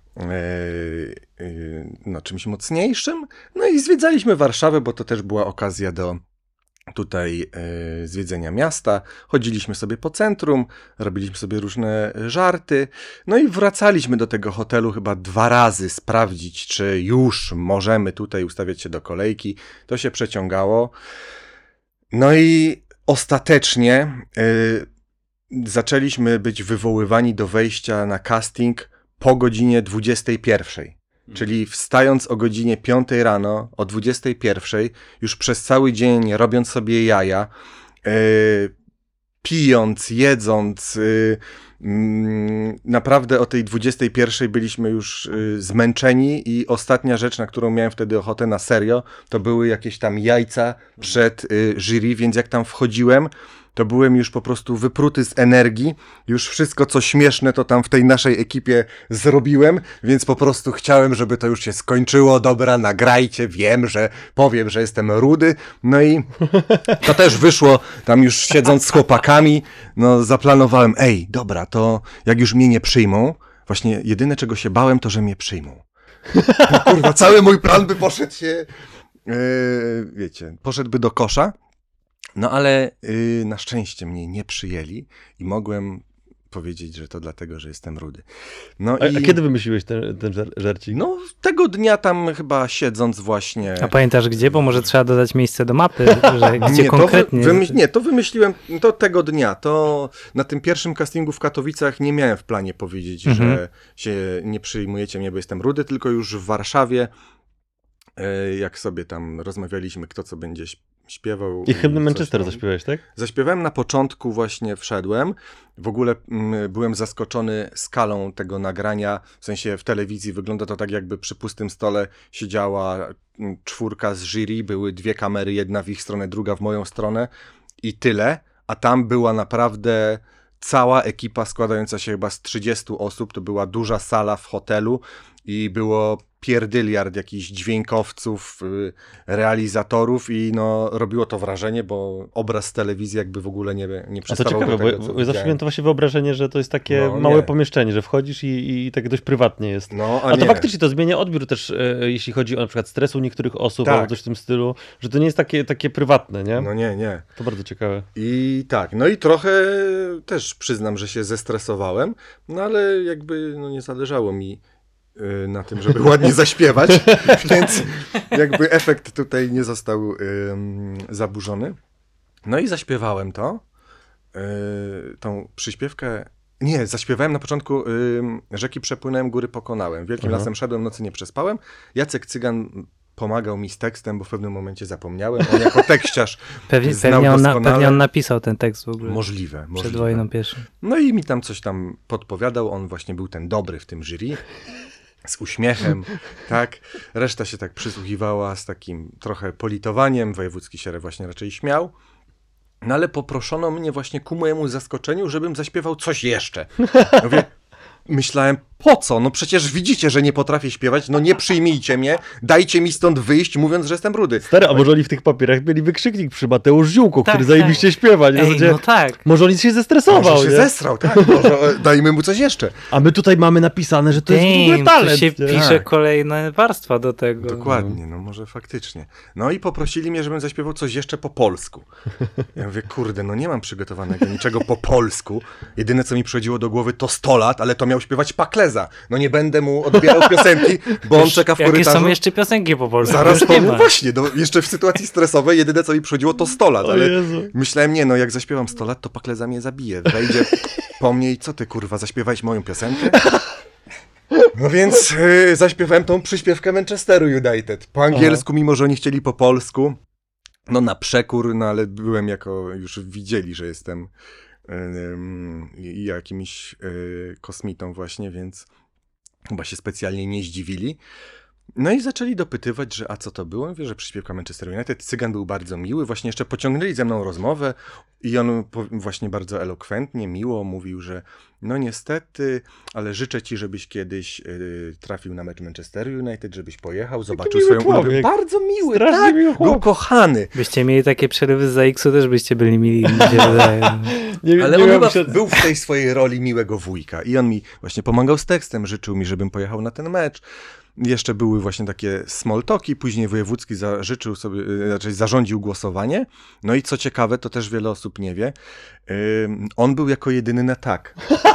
C: no, czymś mocniejszym. No i zwiedzaliśmy Warszawę, bo to też była okazja do tutaj e, zwiedzenia miasta. Chodziliśmy sobie po centrum, robiliśmy sobie różne żarty. No i wracaliśmy do tego hotelu chyba dwa razy sprawdzić, czy już możemy tutaj ustawiać się do kolejki. To się przeciągało. No i ostatecznie e, zaczęliśmy być wywoływani do wejścia na casting po godzinie dwudziestej pierwszej. Czyli wstając o godzinie piątej rano, o dwudziestej pierwszej, już przez cały dzień robiąc sobie jaja, yy, pijąc, jedząc, yy, yy, naprawdę o tej dwudziestej pierwszej byliśmy już yy, zmęczeni i ostatnia rzecz, na którą miałem wtedy ochotę na serio, to były jakieś tam jajca przed yy, jury, więc jak tam wchodziłem, to byłem już po prostu wypruty z energii. Już wszystko, co śmieszne, to tam w tej naszej ekipie zrobiłem, więc po prostu chciałem, żeby to już się skończyło. Dobra, nagrajcie, wiem, że powiem, że jestem rudy. No i to też wyszło, tam już siedząc z chłopakami, no zaplanowałem, ej, dobra, to jak już mnie nie przyjmą, właśnie jedyne, czego się bałem, to, że mnie przyjmą. No, kurwa, cały mój plan by poszedł się, yy, wiecie, poszedłby do kosza. No ale yy, na szczęście mnie nie przyjęli i mogłem powiedzieć, że to dlatego, że jestem rudy. No
B: A,
C: i...
B: a kiedy wymyśliłeś ten, ten żar- żarcik?
C: No tego dnia tam chyba siedząc właśnie...
D: A pamiętasz gdzie? Bo może trzeba dodać miejsce do mapy, że gdzie
C: nie,
D: konkretnie.
C: To wy, wymyśl, nie, to wymyśliłem to tego dnia. To na tym pierwszym castingu w Katowicach nie miałem w planie powiedzieć,
D: Mhm.
C: że się nie przyjmujecie mnie, bo jestem rudy, tylko już w Warszawie, e, jak sobie tam rozmawialiśmy, kto co będzie śp- śpiewał.
B: I hymny
C: coś
B: Manchesteru
C: tam.
B: zaśpiewałeś, tak?
C: Zaśpiewałem na początku, właśnie wszedłem. W ogóle mm, byłem zaskoczony skalą tego nagrania. W sensie w telewizji wygląda to tak, jakby przy pustym stole siedziała mm, czwórka z jury, były dwie kamery, jedna w ich stronę, druga w moją stronę i tyle. A tam była naprawdę cała ekipa składająca się chyba z trzydziestu osób. To była duża sala w hotelu i było pierdyliard jakichś dźwiękowców, y, realizatorów i no robiło to wrażenie, bo obraz z telewizji jakby w ogóle nie, nie
B: A to
C: przystawał
B: ciekawe,
C: do tego,
B: bo
C: co
B: bo zawsze
C: widziałem.
B: miałem to właśnie wyobrażenie, że to jest takie
C: No,
B: małe
C: nie.
B: pomieszczenie, że wchodzisz i, i tak dość prywatnie jest.
C: No, a,
B: A to
C: nie.
B: faktycznie to zmienia odbiór też, e, jeśli chodzi o na przykład stres u niektórych osób
C: Tak.
B: albo coś w tym stylu, że to nie jest takie, takie prywatne, nie?
C: No nie, nie.
B: To bardzo ciekawe.
C: I tak, no i trochę też przyznam, że się zestresowałem, no ale jakby no nie zależało mi y, na tym, żeby ładnie zaśpiewać, więc jakby efekt tutaj nie został ym, zaburzony. No i zaśpiewałem to, y, tą przyśpiewkę, nie, zaśpiewałem na początku ym, Rzeki przepłynąłem, góry pokonałem, wielkim
B: Aha.
C: lasem szedłem, nocy nie przespałem. Jacek Cygan pomagał mi z tekstem, bo w pewnym momencie zapomniałem, on jako tekściarz
D: Pewnie,
C: znał
D: pewnie, on na,
C: doskonale.
D: pewnie on napisał ten tekst w ogóle
C: Możliwe,
D: przed
C: możliwe.
D: wojną pierwszą.
C: No i mi tam coś tam podpowiadał, on właśnie był ten dobry w tym jury, z uśmiechem, tak. Reszta się tak przysłuchiwała z takim trochę politowaniem, wojewódzki się właśnie raczej śmiał. No ale poproszono mnie właśnie ku mojemu zaskoczeniu, żebym zaśpiewał coś jeszcze. Ja mówię, myślałem, po co? No przecież widzicie, że nie potrafię śpiewać, no nie przyjmijcie mnie, dajcie mi stąd wyjść, mówiąc, że jestem rudy.
B: Stary, a może oni w tych papierach mieli wykrzyknik przy Mateusz Ziółko,
D: Tak,
B: który zajebiście
D: tak.
B: śpiewa. Nie? W
D: Ej,
B: zasadzie,
D: no tak.
B: Może on się zestresował,
C: Może się
B: nie?
C: zesrał, tak, może e, dajmy mu coś jeszcze.
B: A my tutaj mamy napisane, że to jest w ogóle
D: Damn, tu
B: talent.
D: się
B: nie?
D: pisze
C: Tak.
D: kolejne warstwa do tego.
C: Dokładnie, no może faktycznie. No i poprosili mnie, żebym zaśpiewał coś jeszcze po polsku. Ja mówię, kurde, no nie mam przygotowanego niczego po polsku. Jedyne, co mi przychodziło do głowy, to sto lat, ale to miał śpiewać Pakleza. No nie będę mu odbierał piosenki, bo on czeka w
D: Jakie
C: korytarzu.
D: są jeszcze piosenki po polsku?
C: Zaraz
D: Już nie
C: powiem,
D: ma.
C: właśnie, no, jeszcze w sytuacji stresowej jedyne, co mi przychodziło, to sto lat,
B: O
C: ale
B: Jezu.
C: myślałem, nie, no jak zaśpiewam sto lat, to Pakleza mnie zabije. Wejdzie po mnie i co ty, kurwa, zaśpiewałeś moją piosenkę? No więc yy, zaśpiewałem tą przyśpiewkę Manchesteru United. Po angielsku, mimo że oni chcieli po polsku. No na przekór, no ale byłem jako, już widzieli, że jestem yy, jakimś yy, kosmitą właśnie, więc chyba się specjalnie nie zdziwili. No i zaczęli dopytywać, że a co to było? Mówię, że przyśpiewka Manchester United. Cygan był bardzo miły, właśnie jeszcze pociągnęli ze mną rozmowę i on po, właśnie bardzo elokwentnie, miło mówił, że no niestety, ale życzę ci, żebyś kiedyś y, trafił na mecz Manchester United, żebyś pojechał, zobaczył
B: miły
C: swoją ulubioną.
B: człowiek.
C: Bardzo miły,
B: Strasznie
C: tak,
B: miły chłop.
C: był kochany.
D: Byście mieli takie przerywy z za X-u, też byście byli mili, mi się wydaje.
B: Nie,
C: Ale
B: nie
C: on
B: miałem
C: chyba
B: się...
C: był w tej swojej roli miłego wujka i on mi właśnie pomagał z tekstem, życzył mi, żebym pojechał na ten mecz. Jeszcze były właśnie takie small talki, później wojewódzki zażyczył sobie, raczej zarządził głosowanie. No i co ciekawe, to też wiele osób nie wie, yy, on był jako jedyny na tak.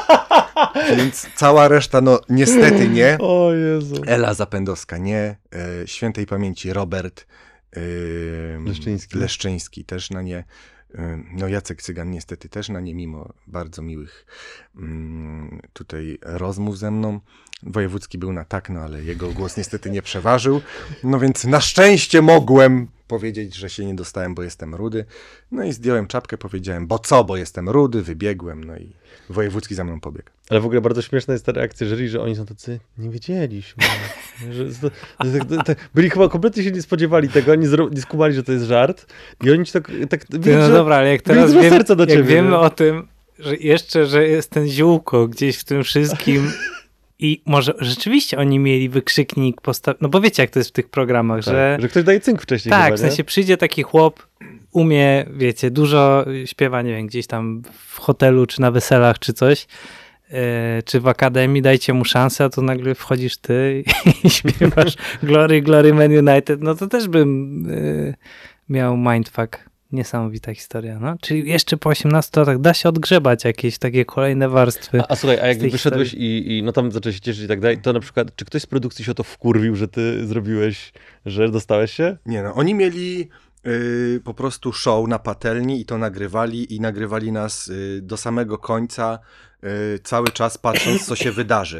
C: Więc cała reszta, no niestety nie.
B: O Jezu.
C: Ela Zapędowska nie, yy, świętej pamięci Robert yy,
B: Leszczyński.
C: Leszczyński też na nie. No Jacek Cygan niestety też na nie, mimo bardzo miłych mm, tutaj rozmów ze mną. Wojewódzki był na tak, no ale jego głos niestety nie przeważył. No więc na szczęście mogłem powiedzieć, że się nie dostałem, bo jestem rudy. No i zdjąłem czapkę, powiedziałem, bo co, bo jestem rudy, wybiegłem, no i Wojewódzki za mną pobiegł.
B: Ale w ogóle bardzo śmieszna jest ta reakcja jury, że oni są tacy, nie wiedzieliśmy. że, że, że, że, że, byli chyba kompletnie się nie spodziewali tego, oni zro, nie skumali, że to jest żart. I oni ci tak... tak
D: Ty,
B: widać,
D: no
B: że-
D: dobra, ale jak
B: widać,
D: teraz
B: że ma
D: wiem,
B: serce do
D: jak
B: ciebie,
D: wiemy
B: nie?
D: o tym, że jeszcze, że jest ten ziółko gdzieś w tym wszystkim i może rzeczywiście oni mieli wykrzyknik postaw... No bo wiecie, jak to jest w tych programach,
B: tak,
D: że...
B: że ktoś daje cynk wcześniej
D: Tak,
B: chyba,
D: w sensie przyjdzie taki chłop, umie, wiecie, dużo śpiewa, nie wiem, gdzieś tam w hotelu, czy na weselach, czy coś, yy, czy w akademii, dajcie mu szansę, a tu nagle wchodzisz ty i śpiewasz Glory, Glory Man United, no to też bym yy, miał mindfuck. Niesamowita historia, no. Czyli jeszcze po osiemnastu latach da się odgrzebać jakieś takie kolejne warstwy.
B: A, a słuchaj, a jak
D: tej
B: wyszedłeś i, i no tam zacząłeś się cieszyć i tak dalej, to na przykład, czy ktoś z produkcji się o to wkurwił, że ty zrobiłeś, że dostałeś się?
C: Nie no, oni mieli y, po prostu show na patelni i to nagrywali i nagrywali nas y, do samego końca, y, cały czas patrząc, co się wydarzy.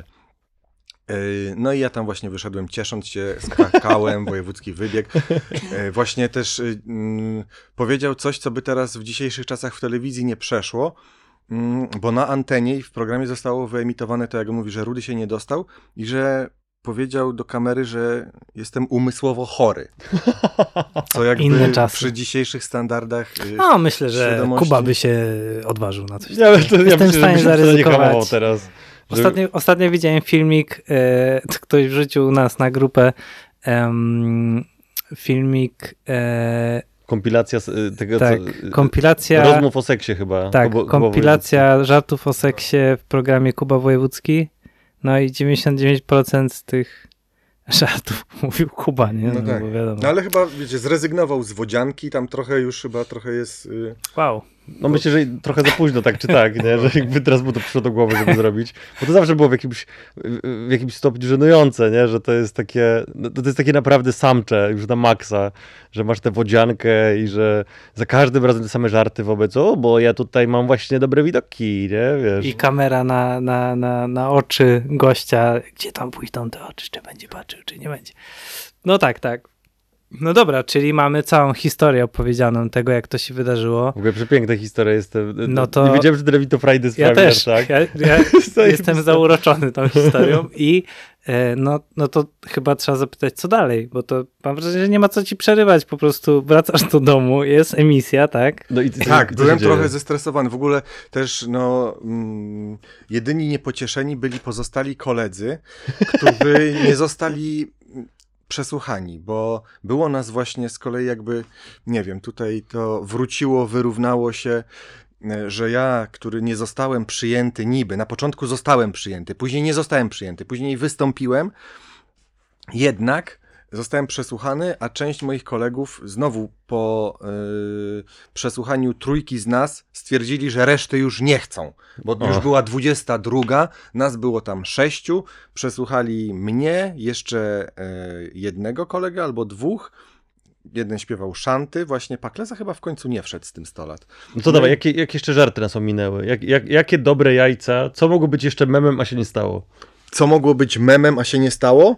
C: Y, no i ja tam właśnie wyszedłem ciesząc się, skakałem, wojewódzki wybieg. Y, właśnie też y, y, powiedział coś, co by teraz w dzisiejszych czasach w telewizji nie przeszło, y, bo na antenie i w programie zostało wyemitowane to, jak on mówi, że Rudy się nie dostał i że powiedział do kamery, że jestem umysłowo chory. Co jakby
D: Inne czasy.
C: przy dzisiejszych standardach y,
D: No, myślę, że
C: świadomości.
D: Kuba by się odważył na coś.
B: Ja, to, ja
D: Jestem w
B: myślę,
D: stanie
B: że byś nie hamował
D: zaryzykować.
B: teraz. Że-
D: Ostatnio, ostatnio widziałem filmik, e, ktoś wrzucił u nas na grupę em, filmik, e,
B: Kompilacja z, y, tego,
D: tak,
B: co... y,
D: kompilacja,
B: Rozmów o seksie chyba.
D: tak,
B: Kubo- Kuba
D: kompilacja żartów o seksie w programie Kuba Wojewódzki, no i dziewięćdziesiąt dziewięć procent z tych żartów mówił Kuba, nie?
C: No tak.
D: Bo wiadomo.
C: No ale chyba, wiecie, zrezygnował z wodzianki, tam trochę już chyba trochę jest... Y,
D: Wow.
B: No myślę, że trochę za późno, tak czy tak, nie? Że jakby teraz mu to przyszło do głowy, żeby zrobić. Bo to zawsze było w jakimś, w jakimś stopniu żenujące, nie? Że to jest takie, no to jest takie naprawdę samcze, już na maksa, że masz tę wodziankę i że za każdym razem te same żarty wobec, o, bo ja tutaj mam właśnie dobre widoki, nie? Wiesz.
D: I kamera na, na, na, na oczy gościa, gdzie tam pójdą te oczy, czy będzie patrzył, czy nie będzie. No tak, tak. No dobra, czyli mamy całą historię opowiedzianą tego, jak to się wydarzyło.
B: W ogóle przepiękna historia jest.
D: No to-
B: Nie wiedziałem, że Drewito Friday
D: Ja
B: sprawiasz,
D: też,
B: tak?
D: ja, ja jestem zauroczony tą historią i e, no, no to chyba trzeba zapytać, co dalej, bo to mam wrażenie, że nie ma co ci przerywać, po prostu wracasz do domu, jest emisja, tak?
B: No i co-
C: tak,
B: co
C: byłem
B: się dzieje?
C: trochę zestresowany. W ogóle też, no, mm, jedyni niepocieszeni byli pozostali koledzy, którzy nie zostali przesłuchani, bo było nas właśnie z kolei jakby, nie wiem, tutaj to wróciło, wyrównało się, e, że ja, który nie zostałem przyjęty niby, na początku zostałem przyjęty, później nie zostałem przyjęty, później wystąpiłem, jednak zostałem przesłuchany, a część moich kolegów znowu po yy, przesłuchaniu trójki z nas stwierdzili, że reszty już nie chcą, bo
B: O.
C: już była dwudziesta druga, nas było tam sześciu, przesłuchali mnie, jeszcze yy, jednego kolegę albo dwóch, jeden śpiewał szanty, właśnie Pakleza chyba w końcu nie wszedł z tym sto lat.
B: No to dawaj, jakie, jakie jeszcze żarty nas ominęły? Jak, jak, jakie dobre jajca? Co mogło być jeszcze memem, a się nie stało?
C: Co mogło być memem, a się nie stało?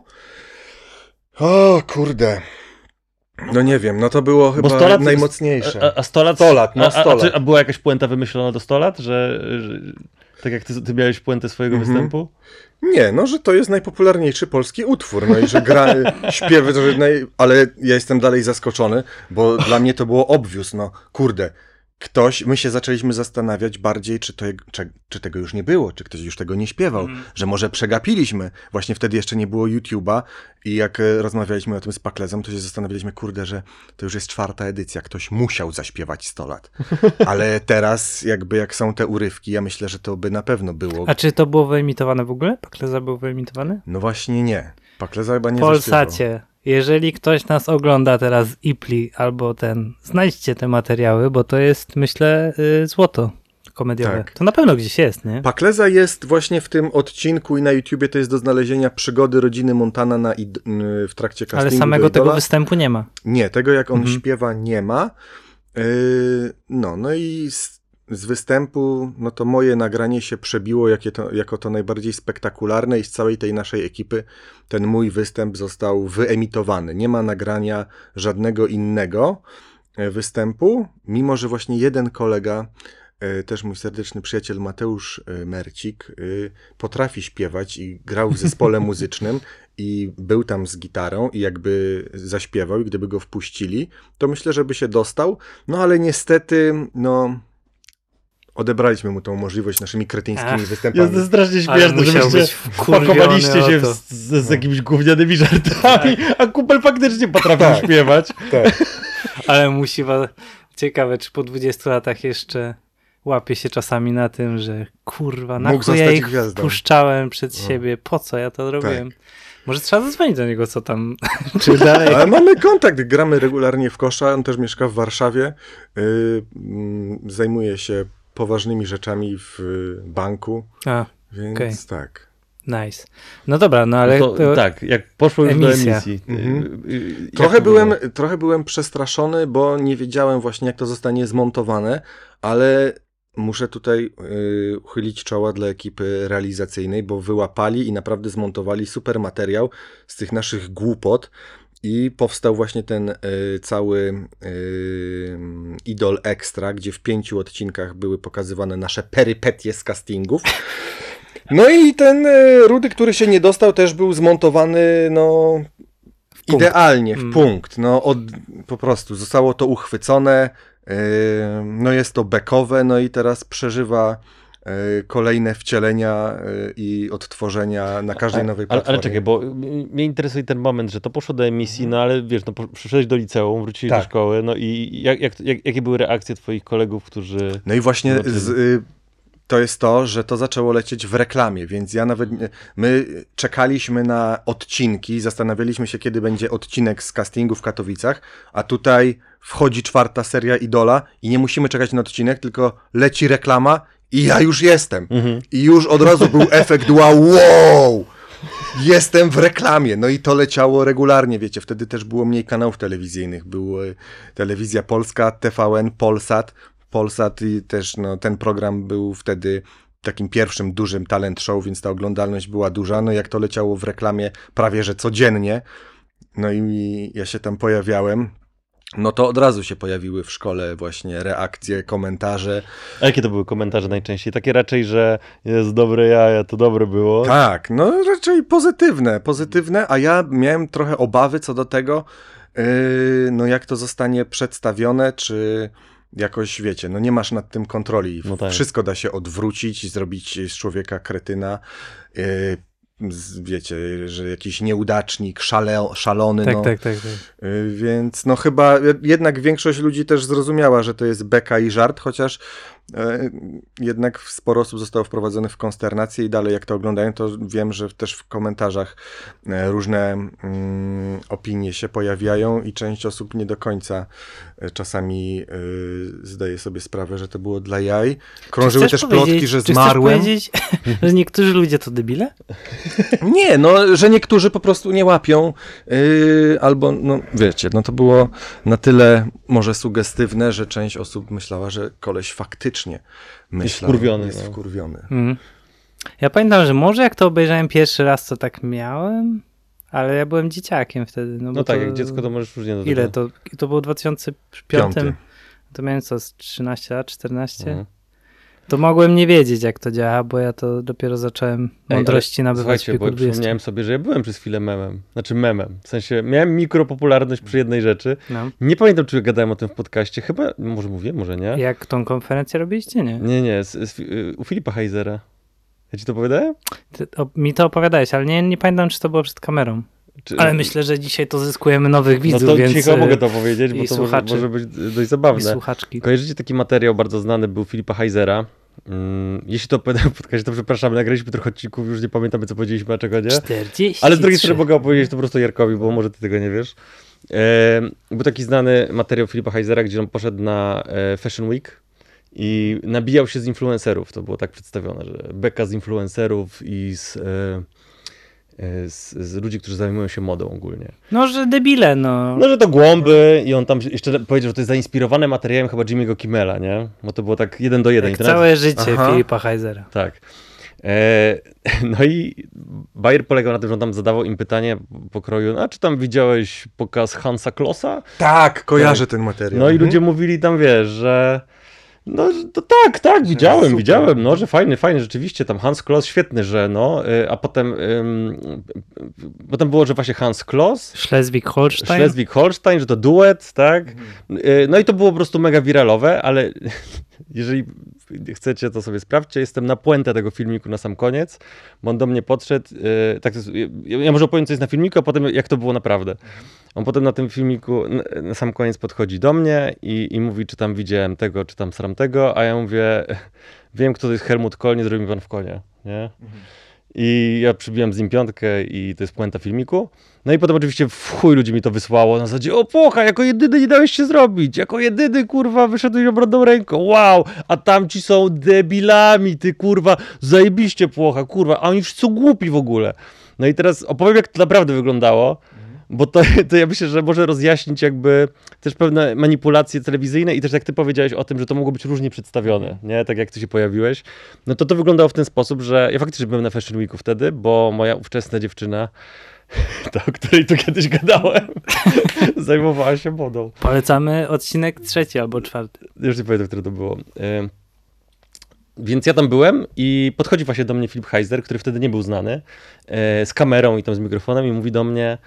C: O kurde. No nie wiem, no to było chyba
B: sto lat-
C: najmocniejsze.
B: A, a sto lat?
C: sto lat, no
B: a, a,
C: sto
B: a, czy,
C: lat.
B: a była jakaś puenta wymyślona do sto lat? Że, że tak jak ty, ty miałeś puentę swojego
C: Mhm.
B: występu?
C: Nie, no, że to jest najpopularniejszy polski utwór, no i że gra, śpiewy, to, że naj... ale ja jestem dalej zaskoczony, bo dla mnie to było obvious, no kurde, ktoś, my się zaczęliśmy zastanawiać bardziej, czy, to, czy, czy tego już nie było, czy ktoś już tego nie śpiewał,
D: Mm.
C: że może przegapiliśmy, właśnie wtedy jeszcze nie było YouTube'a i jak e, rozmawialiśmy o tym z Paklezem, to się zastanawialiśmy, kurde, że to już jest czwarta edycja, ktoś musiał zaśpiewać sto lat, ale teraz jakby jak są te urywki, ja myślę, że to by na pewno było.
D: A czy to było wyemitowane w ogóle? Pakleza był wyemitowany?
C: No właśnie nie. Pakleza chyba nie
D: Polsacie,
C: zaśpiewał.
D: jeżeli ktoś nas ogląda teraz z Ipli albo ten, znajdźcie te materiały, bo to jest, myślę, y, złoto komediowe.
C: Tak.
D: To na pewno gdzieś jest, nie?
C: Pakleza jest właśnie w tym odcinku i na YouTubie to jest do znalezienia przygody rodziny Montana na id- w trakcie castingu
D: Ale samego
C: do
D: tego
C: Idola.
D: występu nie ma.
C: Nie, tego jak on
D: Mhm.
C: śpiewa nie ma. Yy, no, no i z, z występu, no to moje nagranie się przebiło jakie to, jako to najbardziej spektakularne i z całej tej naszej ekipy ten mój występ został wyemitowany. Nie ma nagrania żadnego innego e, występu, mimo że właśnie jeden kolega, e, też mój serdeczny przyjaciel Mateusz e, Mercik, e, potrafi śpiewać i grał w zespole muzycznym i był tam z gitarą i jakby zaśpiewał i gdyby go wpuścili, to myślę, że by się dostał, no ale niestety, no odebraliśmy mu tą możliwość naszymi kretyńskimi
D: Ach,
C: występami.
B: Jest to strasznie
D: Ale
B: śmieszne,
D: musiał
B: żebyście
D: być wkurwiony
B: pakowaliście się
D: o to.
B: z, z, z jakimiś gównianymi żartami, a Kupel faktycznie potrafił
C: Tak.
B: śpiewać.
C: Tak.
D: Ale musi was... Ciekawe, czy po dwudziestu latach jeszcze łapię się czasami na tym, że kurwa, na
C: Mógł
D: chuj ja
C: zostać
D: ich
C: gwiazdą.
D: puszczałem przed
C: No.
D: siebie, po co ja to robiłem?
C: Tak.
D: Może trzeba zadzwonić do niego, co tam, czy dalej.
C: Ale mamy kontakt, gramy regularnie w kosza, on też mieszka w Warszawie, yy, mm, zajmuje się poważnymi rzeczami w y, banku,
D: A,
C: więc
D: Okej.
C: tak.
D: nice. No dobra, no ale...
B: No to,
D: to-
B: tak, jak poszło już
D: emisja.
B: do emisji.
C: Mhm.
B: y, y, jak
C: Trochę
B: to
C: byłem,
B: było?
C: trochę byłem przestraszony, bo nie wiedziałem właśnie, jak to zostanie zmontowane, ale muszę tutaj y, uchylić czoła dla ekipy realizacyjnej, bo wyłapali i naprawdę zmontowali super materiał z tych naszych głupot i powstał właśnie ten y, cały y, Idol Extra, gdzie w pięciu odcinkach były pokazywane nasze perypetie z castingów. No i ten y, Rudy, który się nie dostał, też był zmontowany, no...
D: punkt.
C: Idealnie, w
D: Mm.
C: punkt. No, od, po prostu zostało to uchwycone, yy, no jest to bekowe, no i teraz przeżywa yy, kolejne wcielenia yy, i odtworzenia na każdej nowej
B: Ale,
C: platformie.
B: ale czekaj, bo mnie interesuje ten moment, że to poszło do emisji, no ale wiesz, no po- przyszedłeś do liceum, wrócili
C: Tak.
B: do szkoły, no i jak, jak, jak, jakie były reakcje twoich kolegów, którzy...
C: No i właśnie
B: Zobaczymy.
C: z, y, to jest to, że to zaczęło lecieć w reklamie, więc ja nawet, nie- my czekaliśmy na odcinki, zastanawialiśmy się, kiedy będzie odcinek z castingu w Katowicach, a tutaj wchodzi czwarta seria Idola i nie musimy czekać na odcinek, tylko leci reklama i ja już jestem.
B: Mhm.
C: I już od razu był efekt wow, wow! Jestem w reklamie. No i to leciało regularnie, wiecie, wtedy też było mniej kanałów telewizyjnych. Była Telewizja Polska, T V N, Polsat. Polsat i też no, ten program był wtedy takim pierwszym dużym talent show, więc ta oglądalność była duża. No jak to leciało w reklamie prawie że codziennie, no i ja się tam pojawiałem, no to od razu się pojawiły w szkole właśnie reakcje, komentarze.
B: A jakie to były komentarze najczęściej? Takie raczej, że jest dobre jaja, to dobre było.
C: Tak, no raczej pozytywne, pozytywne, a ja miałem trochę obawy co do tego, yy, no jak to zostanie przedstawione, czy jakoś, wiecie, no nie masz nad tym kontroli.
B: No tak.
C: Wszystko da się odwrócić, zrobić z człowieka kretyna, yy, z, wiecie, że jakiś nieudacznik, szale, szalony,
D: Tak,
C: no.
D: tak, tak, tak.
C: Y, Więc no chyba jednak większość ludzi też zrozumiała, że to jest beka i żart, chociaż e, jednak sporo osób zostało wprowadzonych w konsternację i dalej jak to oglądają, to wiem, że też w komentarzach e, różne mm, opinie się pojawiają i część osób nie do końca e, czasami e, zdaje sobie sprawę, że to było dla jaj. Krążyły
D: Czy chcesz
C: też plotki,
D: powiedzieć-
C: że
D: czy
C: zmarłem.
D: Chcesz powiedzieć, że niektórzy ludzie to debile?
C: Nie, no, że niektórzy po prostu nie łapią, yy, albo, no wiecie, no to było na tyle może sugestywne, że część osób myślała, że koleś faktycznie myślał,
B: wkurwiony,
C: jest
B: no.
C: wkurwiony.
D: Mhm. Ja pamiętam, że może jak to obejrzałem pierwszy raz, to tak miałem, ale ja byłem dzieciakiem wtedy. No, bo
B: No tak,
D: to,
B: jak dziecko to możesz różnie do tego.
D: Ile to? To było w dwa tysiące piątym.
C: Piąty.
D: To miałem co, z trzynaście lat, czternaście?
B: Mhm.
D: To mogłem nie wiedzieć, jak to działa, bo ja to dopiero zacząłem
B: Ej,
D: mądrości
B: ale
D: nabywać w
B: Słuchajcie,
D: wieku
B: bo
D: dwudziestym.
B: przypomniałem sobie, że ja byłem przez chwilę memem. Znaczy memem. W sensie miałem mikropopularność przy jednej rzeczy.
D: No.
B: Nie pamiętam, czy gadałem o tym w podcaście. Chyba, może mówię, może nie.
D: Jak tą konferencję robiliście, nie?
B: Nie, nie, z, z, y, u Filipa Heisera. Ja ci to powiedziałem?
D: Ty, o, mi to opowiadałeś, ale nie, nie pamiętam, czy to było przed kamerą.
B: Czy...
D: Ale myślę, że dzisiaj to zyskujemy nowych widzów,
B: No to
D: więc...
B: cicho
D: e,
B: mogę to powiedzieć, bo
D: i
B: to może,
D: słuchaczy.
B: może być dość
D: I
B: zabawne.
D: słuchaczki.
B: Kojarzycie taki materiał bardzo znany, był Filipa Heisera. Mm, jeśli to opowiadałem w podcaście, to przepraszam, nagraliśmy trochę odcinków, już nie pamiętamy, co powiedzieliśmy, a czego nie.
D: czterdzieści
B: Ale z drugiej strony mogę opowiedzieć to po prostu Jarkowi, bo może ty tego nie wiesz. E, był taki znany materiał Filipa Heisera, gdzie on poszedł na e, Fashion Week i nabijał się z influencerów. To było tak przedstawione, że beka z influencerów i z, e, e, z, z ludzi, którzy zajmują się modą ogólnie.
D: No, że debile, no.
B: No, że to głąby i on tam jeszcze powiedział, że to jest zainspirowane materiałem chyba Jimmy'ego Kimmela, nie? Bo to było tak jeden do jeden.
D: Jak
B: I to nawet-
D: całe życie
C: Aha.
D: Filipa Heisera.
B: Tak. E, no i Bayer polegał na tym, że on tam zadawał im pytanie pokroju, a czy tam widziałeś pokaz Hansa Klossa?
C: Tak, kojarzę ten materiał.
B: No i
C: Mhm.
B: ludzie mówili tam, wiesz, że no że to tak, tak, widziałem,
C: super.
B: widziałem, no, że fajny, fajny, rzeczywiście, tam Hans Kloss, świetny, że no, y, a potem ym, potem było, że właśnie Hans Kloss,
D: Schleswig-Holstein.
B: Schleswig-Holstein, że to duet, tak, Y, no i to było po prostu mega wiralowe, ale jeżeli chcecie, to sobie sprawdźcie. Jestem na puentę tego filmiku na sam koniec, bo on do mnie podszedł. Yy, tak, ja, ja może opowiem, co jest na filmiku, a potem jak to było naprawdę. On potem na tym filmiku na, na sam koniec podchodzi do mnie i, i mówi, czy tam widziałem tego, czy tam sram tego, a ja mówię, wiem, kto to jest Helmut Kohl, nie zrobi mi pan w konia, nie? Mhm. I ja przybiłem z nim piątkę i to jest puenta filmiku. No i potem oczywiście w chuj ludzi mi to wysłało. Na zasadzie, o Płocha, jako jedyny nie dałeś się zrobić. Jako jedyny, kurwa, wyszedłeś obronną ręką. Wow, a tamci są debilami, ty kurwa, zajebiście Płocha, kurwa. A oni wszyscy są głupi w ogóle. No i teraz opowiem, jak to naprawdę wyglądało. Bo to, to ja myślę, że może rozjaśnić jakby też pewne manipulacje telewizyjne i też jak ty powiedziałeś o tym, że to mogło być różnie przedstawione, nie? Tak jak ty się pojawiłeś. No to to wyglądało w ten sposób, że ja faktycznie byłem na Fashion Weeku wtedy, bo moja ówczesna dziewczyna, ta, o której tu kiedyś gadałem, zajmowała się modą.
D: Polecamy odcinek trzeci albo czwarty.
B: Już nie pamiętam, które to było. Więc ja tam byłem i podchodzi właśnie do mnie Filip Heiser, który wtedy nie był znany, z kamerą i tam z mikrofonem i mówi do mnie,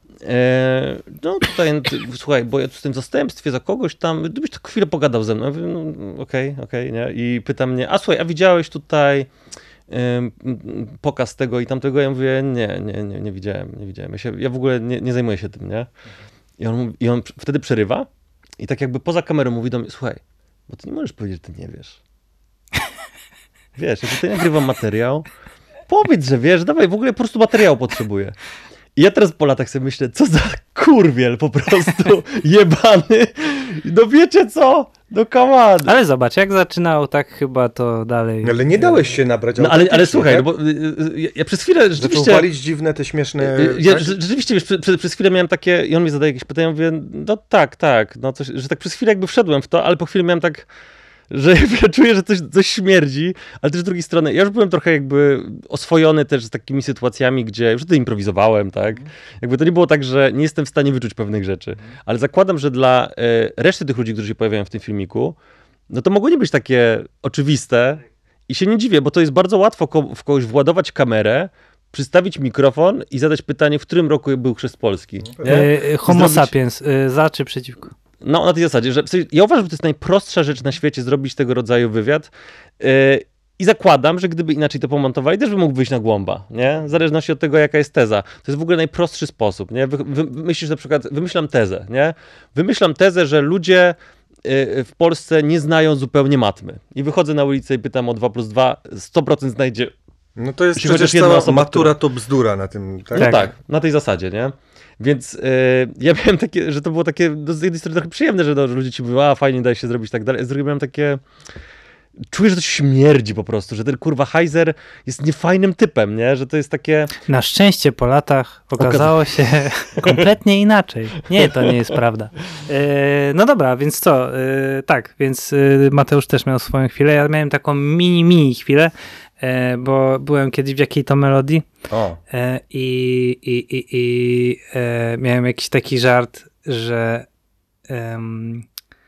B: Eee, no tutaj, ty, słuchaj, bo ja tu w tym zastępstwie za kogoś tam, gdybyś tak chwilę pogadał ze mną, ja mówię, no okej, okay, okej, okay, nie? I pyta mnie, a słuchaj, a widziałeś tutaj e, pokaz tego i tamtego? Ja mówię, nie, nie, nie, nie widziałem, nie widziałem, ja, się, ja w ogóle nie, nie zajmuję się tym, nie? I on, I on wtedy przerywa i tak jakby poza kamerą mówi do mnie, słuchaj, bo ty nie możesz powiedzieć, że ty nie wiesz. Wiesz, ja tutaj nagrywam materiał, powiedz, że wiesz, dawaj, w ogóle po prostu materiału potrzebuję. I ja teraz po latach sobie myślę, co za kurwiel po prostu jebany. No wiecie co? No come on.
D: Ale zobacz, jak zaczynał, tak chyba to dalej.
C: Ale nie dałeś się nabrać.
B: No ale, ale słuchaj, tak? No bo ja, ja przez chwilę rzeczywiście...
C: Zaczął walić dziwne te śmieszne...
B: Ja, rzeczywiście, wiesz, przez, przez chwilę miałem takie, i on mi zadaje jakieś pytania, mówię, no tak, tak, no coś, że tak przez chwilę jakby wszedłem w to, ale po chwili miałem tak... że ja czuję, że coś, coś śmierdzi, ale też z drugiej strony, ja już byłem trochę jakby oswojony też z takimi sytuacjami, gdzie już wtedy improwizowałem, tak? Mm. Jakby to nie było tak, że nie jestem w stanie wyczuć pewnych rzeczy, mm. ale zakładam, że dla e, reszty tych ludzi, którzy się pojawiają w tym filmiku, no to mogło nie być takie oczywiste i się nie dziwię, bo to jest bardzo łatwo ko- w kogoś władować kamerę, przystawić mikrofon i zadać pytanie, w którym roku był chrzest Polski. Nie?
D: E, homo Zrobić... sapiens, e, za czy przeciwko?
B: No, na tej zasadzie, że w sensie, ja uważam, że to jest najprostsza rzecz na świecie, zrobić tego rodzaju wywiad yy, i zakładam, że gdyby inaczej to pomontowali, też by mógł wyjść na głąba, nie? W zależności od tego, jaka jest teza. To jest w ogóle najprostszy sposób, nie? Wy, wy, myślisz na przykład, wymyślam tezę, nie? Wymyślam tezę, że ludzie yy, w Polsce nie znają zupełnie matmy. I wychodzę na ulicę i pytam o dwa plus dwa, sto procent znajdzie...
C: No to jest przecież cała osoba, matura która... to bzdura na tym, tak?
B: No tak, na tej zasadzie, nie? Więc yy, ja miałem takie, że to było takie, no z jednej strony trochę przyjemne, że, no, że ludzie ci mówią, a fajnie daje się zrobić tak dalej, z drugiej miałem takie, czuję, że to śmierdzi po prostu, że ten kurwa Heiser jest niefajnym typem, nie? Że to jest takie...
D: Na szczęście po latach okazało się kompletnie inaczej. Nie, to nie jest prawda. Yy, no dobra, więc co? Yy, tak, więc yy, Mateusz też miał swoją chwilę, ja miałem taką mini, mini chwilę, E, bo byłem kiedyś w jakiej to melodii e, i, i, i, i e, miałem jakiś taki żart, że em,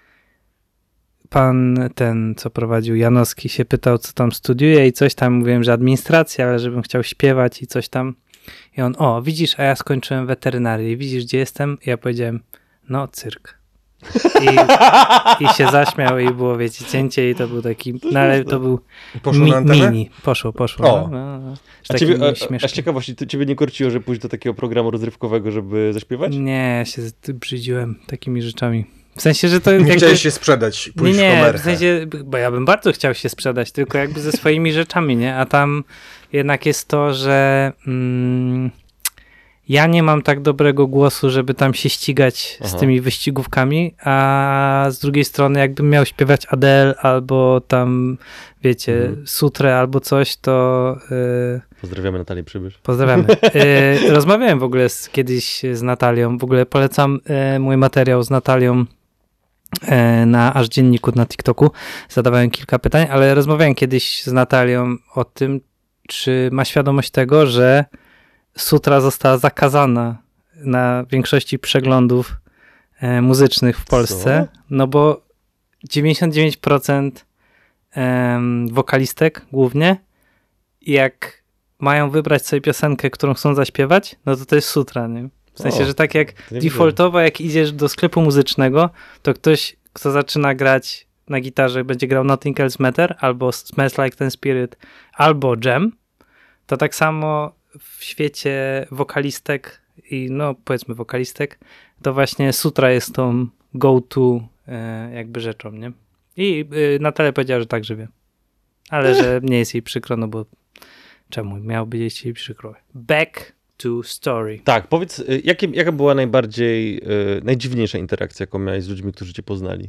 D: pan ten, co prowadził, Janowski, się pytał, co tam studiuje i coś tam, mówiłem, że administracja, ale żebym chciał śpiewać i coś tam. I on, o, widzisz, a ja skończyłem weterynarię, widzisz, gdzie jestem? I ja powiedziałem, no, cyrk. I, I się zaśmiał i było, wiecie, cięcie i to był taki, no ale to był mi, mini. Poszło, poszło.
B: O. No, no, a, ciebie, a, a z ciekawości, to ciebie nie korciło, że pójść do takiego programu rozrywkowego, żeby zaśpiewać?
D: Nie, ja się brzydziłem takimi rzeczami. W sensie, że to...
C: Nie
D: jakby...
C: chciałeś się sprzedać, pójść
D: nie,
C: w komerchę.
D: Nie, w sensie, bo ja bym bardzo chciał się sprzedać, tylko jakby ze swoimi rzeczami, nie? A tam jednak jest to, że... Mm, ja nie mam tak dobrego głosu, żeby tam się ścigać Aha. z tymi wyścigówkami, a z drugiej strony jakbym miał śpiewać Adele albo tam, wiecie, mhm. Sutrę albo coś, to... Yy...
B: Pozdrawiamy Natalię Przybysz.
D: Pozdrawiamy. Yy, rozmawiałem w ogóle z, kiedyś z Natalią, w ogóle polecam yy, mój materiał z Natalią yy, na Aż Dzienniku na TikToku. Zadawałem kilka pytań, ale rozmawiałem kiedyś z Natalią o tym, czy ma świadomość tego, że Sutra została zakazana na większości przeglądów e, muzycznych w Polsce, Co? no bo dziewięćdziesiąt dziewięć procent e, wokalistek głównie, jak mają wybrać sobie piosenkę, którą chcą zaśpiewać, no to to jest Sutra, nie? W sensie, o, że tak jak defaultowo, jak idziesz do sklepu muzycznego, to ktoś, kto zaczyna grać na gitarze będzie grał Nothing Else Matter, albo Smells Like Teen Spirit, albo Jam, to tak samo w świecie wokalistek i no powiedzmy wokalistek, to właśnie Sutra jest tą go-to e, jakby rzeczą, nie? I y, Natalia powiedziała, że tak, że wie. Ale że nie jest jej przykro, no bo czemu miałoby być jej przykro? Back to story.
B: Tak, powiedz, y, jakie, jaka była najbardziej, y, najdziwniejsza interakcja, jaką miałeś z ludźmi, którzy cię poznali?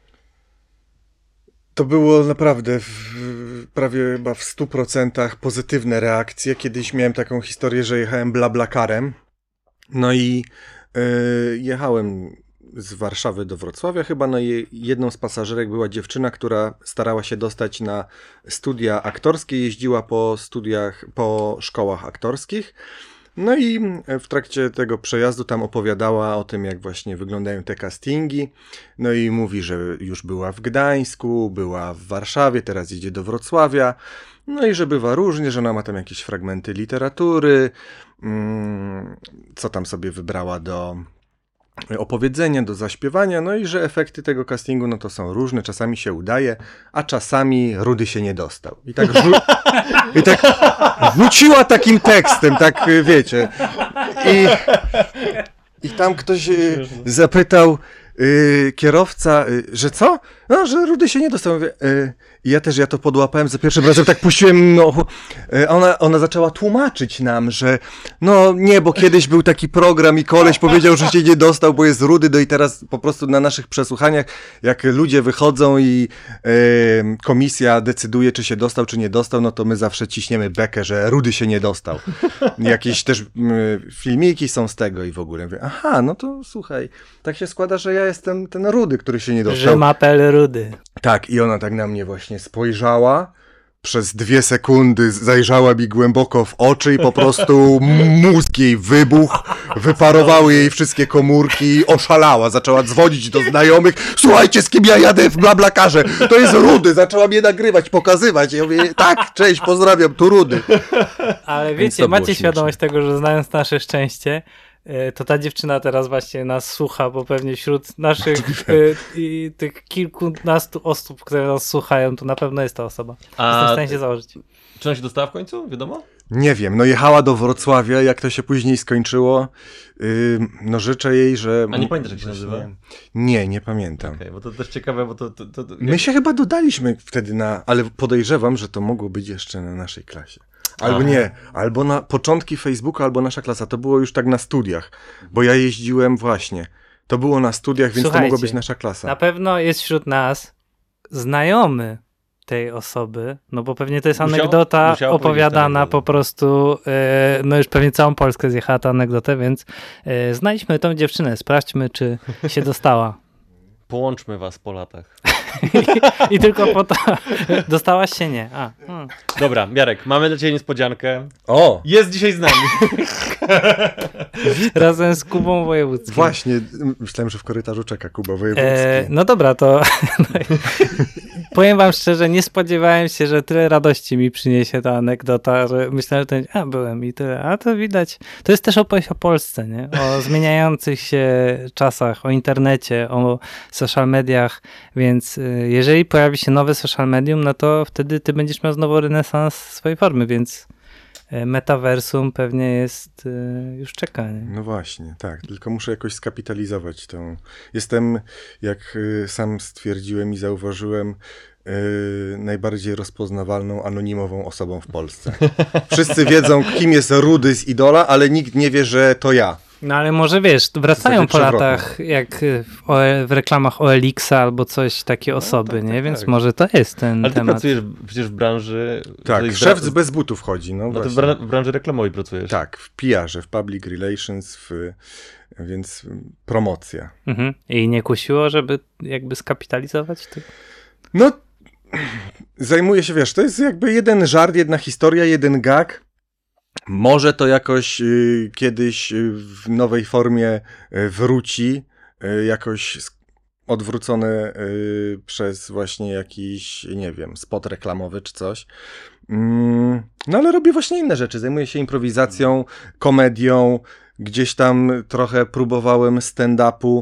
C: To było naprawdę w, prawie chyba w stu procentach pozytywne reakcje. Kiedyś miałem taką historię, że jechałem blablakarem. No i y, jechałem z Warszawy do Wrocławia chyba, no i jedną z pasażerek była dziewczyna, która starała się dostać na studia aktorskie, jeździła po studiach, po szkołach aktorskich. No i w trakcie tego przejazdu tam opowiadała o tym, jak właśnie wyglądają te castingi. No i mówi, że już była w Gdańsku, była w Warszawie, teraz jedzie do Wrocławia. No i że bywa różnie, że ona ma tam jakieś fragmenty literatury, co tam sobie wybrała do opowiedzenia, do zaśpiewania, no i że efekty tego castingu no to są różne, czasami się udaje, a czasami Rudy się nie dostał. I tak, rzu- i tak rzuciła takim tekstem, tak wiecie. I, i tam ktoś y, zapytał y, kierowca, y, że co? No, że Rudy się nie dostał. Mówię, y, I ja też, ja to podłapałem za pierwszym razem, tak puściłem, no, ona, ona zaczęła tłumaczyć nam, że no nie, bo kiedyś był taki program i koleś powiedział, że się nie dostał, bo jest rudy, no i teraz po prostu na naszych przesłuchaniach, jak ludzie wychodzą i e, komisja decyduje, czy się dostał, czy nie dostał, no to my zawsze ciśniemy bekę, że rudy się nie dostał. Jakieś też m, filmiki są z tego i w ogóle. Mówię, aha, no to słuchaj, tak się składa, że ja jestem ten rudy, który się nie dostał.
D: Że mapel rudy.
C: Tak, i ona tak na mnie właśnie spojrzała, przez dwie sekundy zajrzała mi głęboko w oczy i po prostu mózg jej wybuchł, wyparowały jej wszystkie komórki, oszalała, zaczęła dzwonić do znajomych, słuchajcie, z kim ja jadę w BlaBlaCarze, to jest Rudy, zaczęła mnie nagrywać, pokazywać, ja mówię, tak, cześć, pozdrawiam, tu Rudy.
D: Ale
C: Więc
D: wiecie,
C: to było
D: macie świadomość tego, że znając nasze szczęście, to ta dziewczyna teraz właśnie nas słucha, bo pewnie wśród naszych y, i tych kilkunastu osób, które nas słuchają, to na pewno jest ta osoba.
B: A
D: Jestem w stanie się założyć.
B: Czy ona się dostała w końcu? Wiadomo?
C: Nie wiem, no jechała do Wrocławia, jak to się później skończyło, yy, no życzę jej, że...
B: A nie pamiętasz, jak się nazywa?
C: Nie, nie pamiętam.
B: Okay, bo to też ciekawe, bo to... to, to, to
C: My się chyba dodaliśmy wtedy na, ale podejrzewam, że to mogło być jeszcze na naszej klasie. Albo
B: Aha.
C: nie, albo na początki Facebooka, albo nasza klasa. To było już tak na studiach, bo ja jeździłem właśnie. To było na studiach, więc
D: Słuchajcie,
C: to mogła być nasza klasa.
D: Na pewno jest wśród nas znajomy tej osoby, no bo pewnie to jest
B: Musiał-
D: anegdota
B: musiało
D: opowiadana
B: powiedzieć tę
D: po prostu, e, no już pewnie całą Polskę zjechała ta anegdotę, więc e, znajdźmy tą dziewczynę, sprawdźmy, czy się dostała.
B: Połączmy was po latach.
D: I, I tylko po to dostałaś się, nie. A, hmm.
B: Dobra, Jarek, mamy dla ciebie niespodziankę.
C: O,
B: Jest dzisiaj z nami.
D: Razem z Kubą Wojewódzkim.
C: właśnie, myślałem, że w korytarzu czeka Kuba Wojewódzki.
D: E, no dobra, to powiem wam szczerze, nie spodziewałem się, że tyle radości mi przyniesie ta anegdota, że myślałem, że to a byłem i tyle, a to widać. To jest też opowieść o Polsce, nie? O zmieniających się czasach, o internecie, o social mediach, więc y, jeżeli pojawi się nowe social medium, no to wtedy ty będziesz miał znowu renesans swojej formy, więc y, metaversum pewnie jest, y, już czeka, nie?
C: No właśnie, tak, tylko muszę jakoś skapitalizować tą... Jestem, jak y, sam stwierdziłem i zauważyłem, y, najbardziej rozpoznawalną, anonimową osobą w Polsce. Wszyscy wiedzą, kim jest Rudy z Idola, ale nikt nie wie, że to ja.
D: No ale może wiesz, wracają
C: Takie
D: po
C: przewrotne.
D: latach jak y, w, O L, w reklamach O L X a albo coś, takie osoby,
B: tak,
D: nie?
B: tak,
D: Więc
B: tak.
D: może to jest ten
B: Ale ty
D: temat.
B: pracujesz przecież w branży...
C: Tak,
B: tutaj
C: szef
B: zdra-
C: z bez butów chodzi, no,
B: No to w,
C: właśnie.
B: bra- w branży reklamowej pracujesz.
C: Tak, w P R-ze, w Public Relations, w, więc promocja.
D: Mhm. I nie kusiło, żeby jakby skapitalizować to?
C: No, zajmuję się, wiesz, to jest jakby jeden żart, jedna historia, jeden gag. Może to jakoś y, kiedyś y, w nowej formie y, wróci, y, jakoś sk- odwrócone y, przez właśnie jakiś, nie wiem, spot reklamowy czy coś. Mm, no ale robię właśnie inne rzeczy. Zajmuję się improwizacją, komedią. Gdzieś tam trochę próbowałem stand-upu.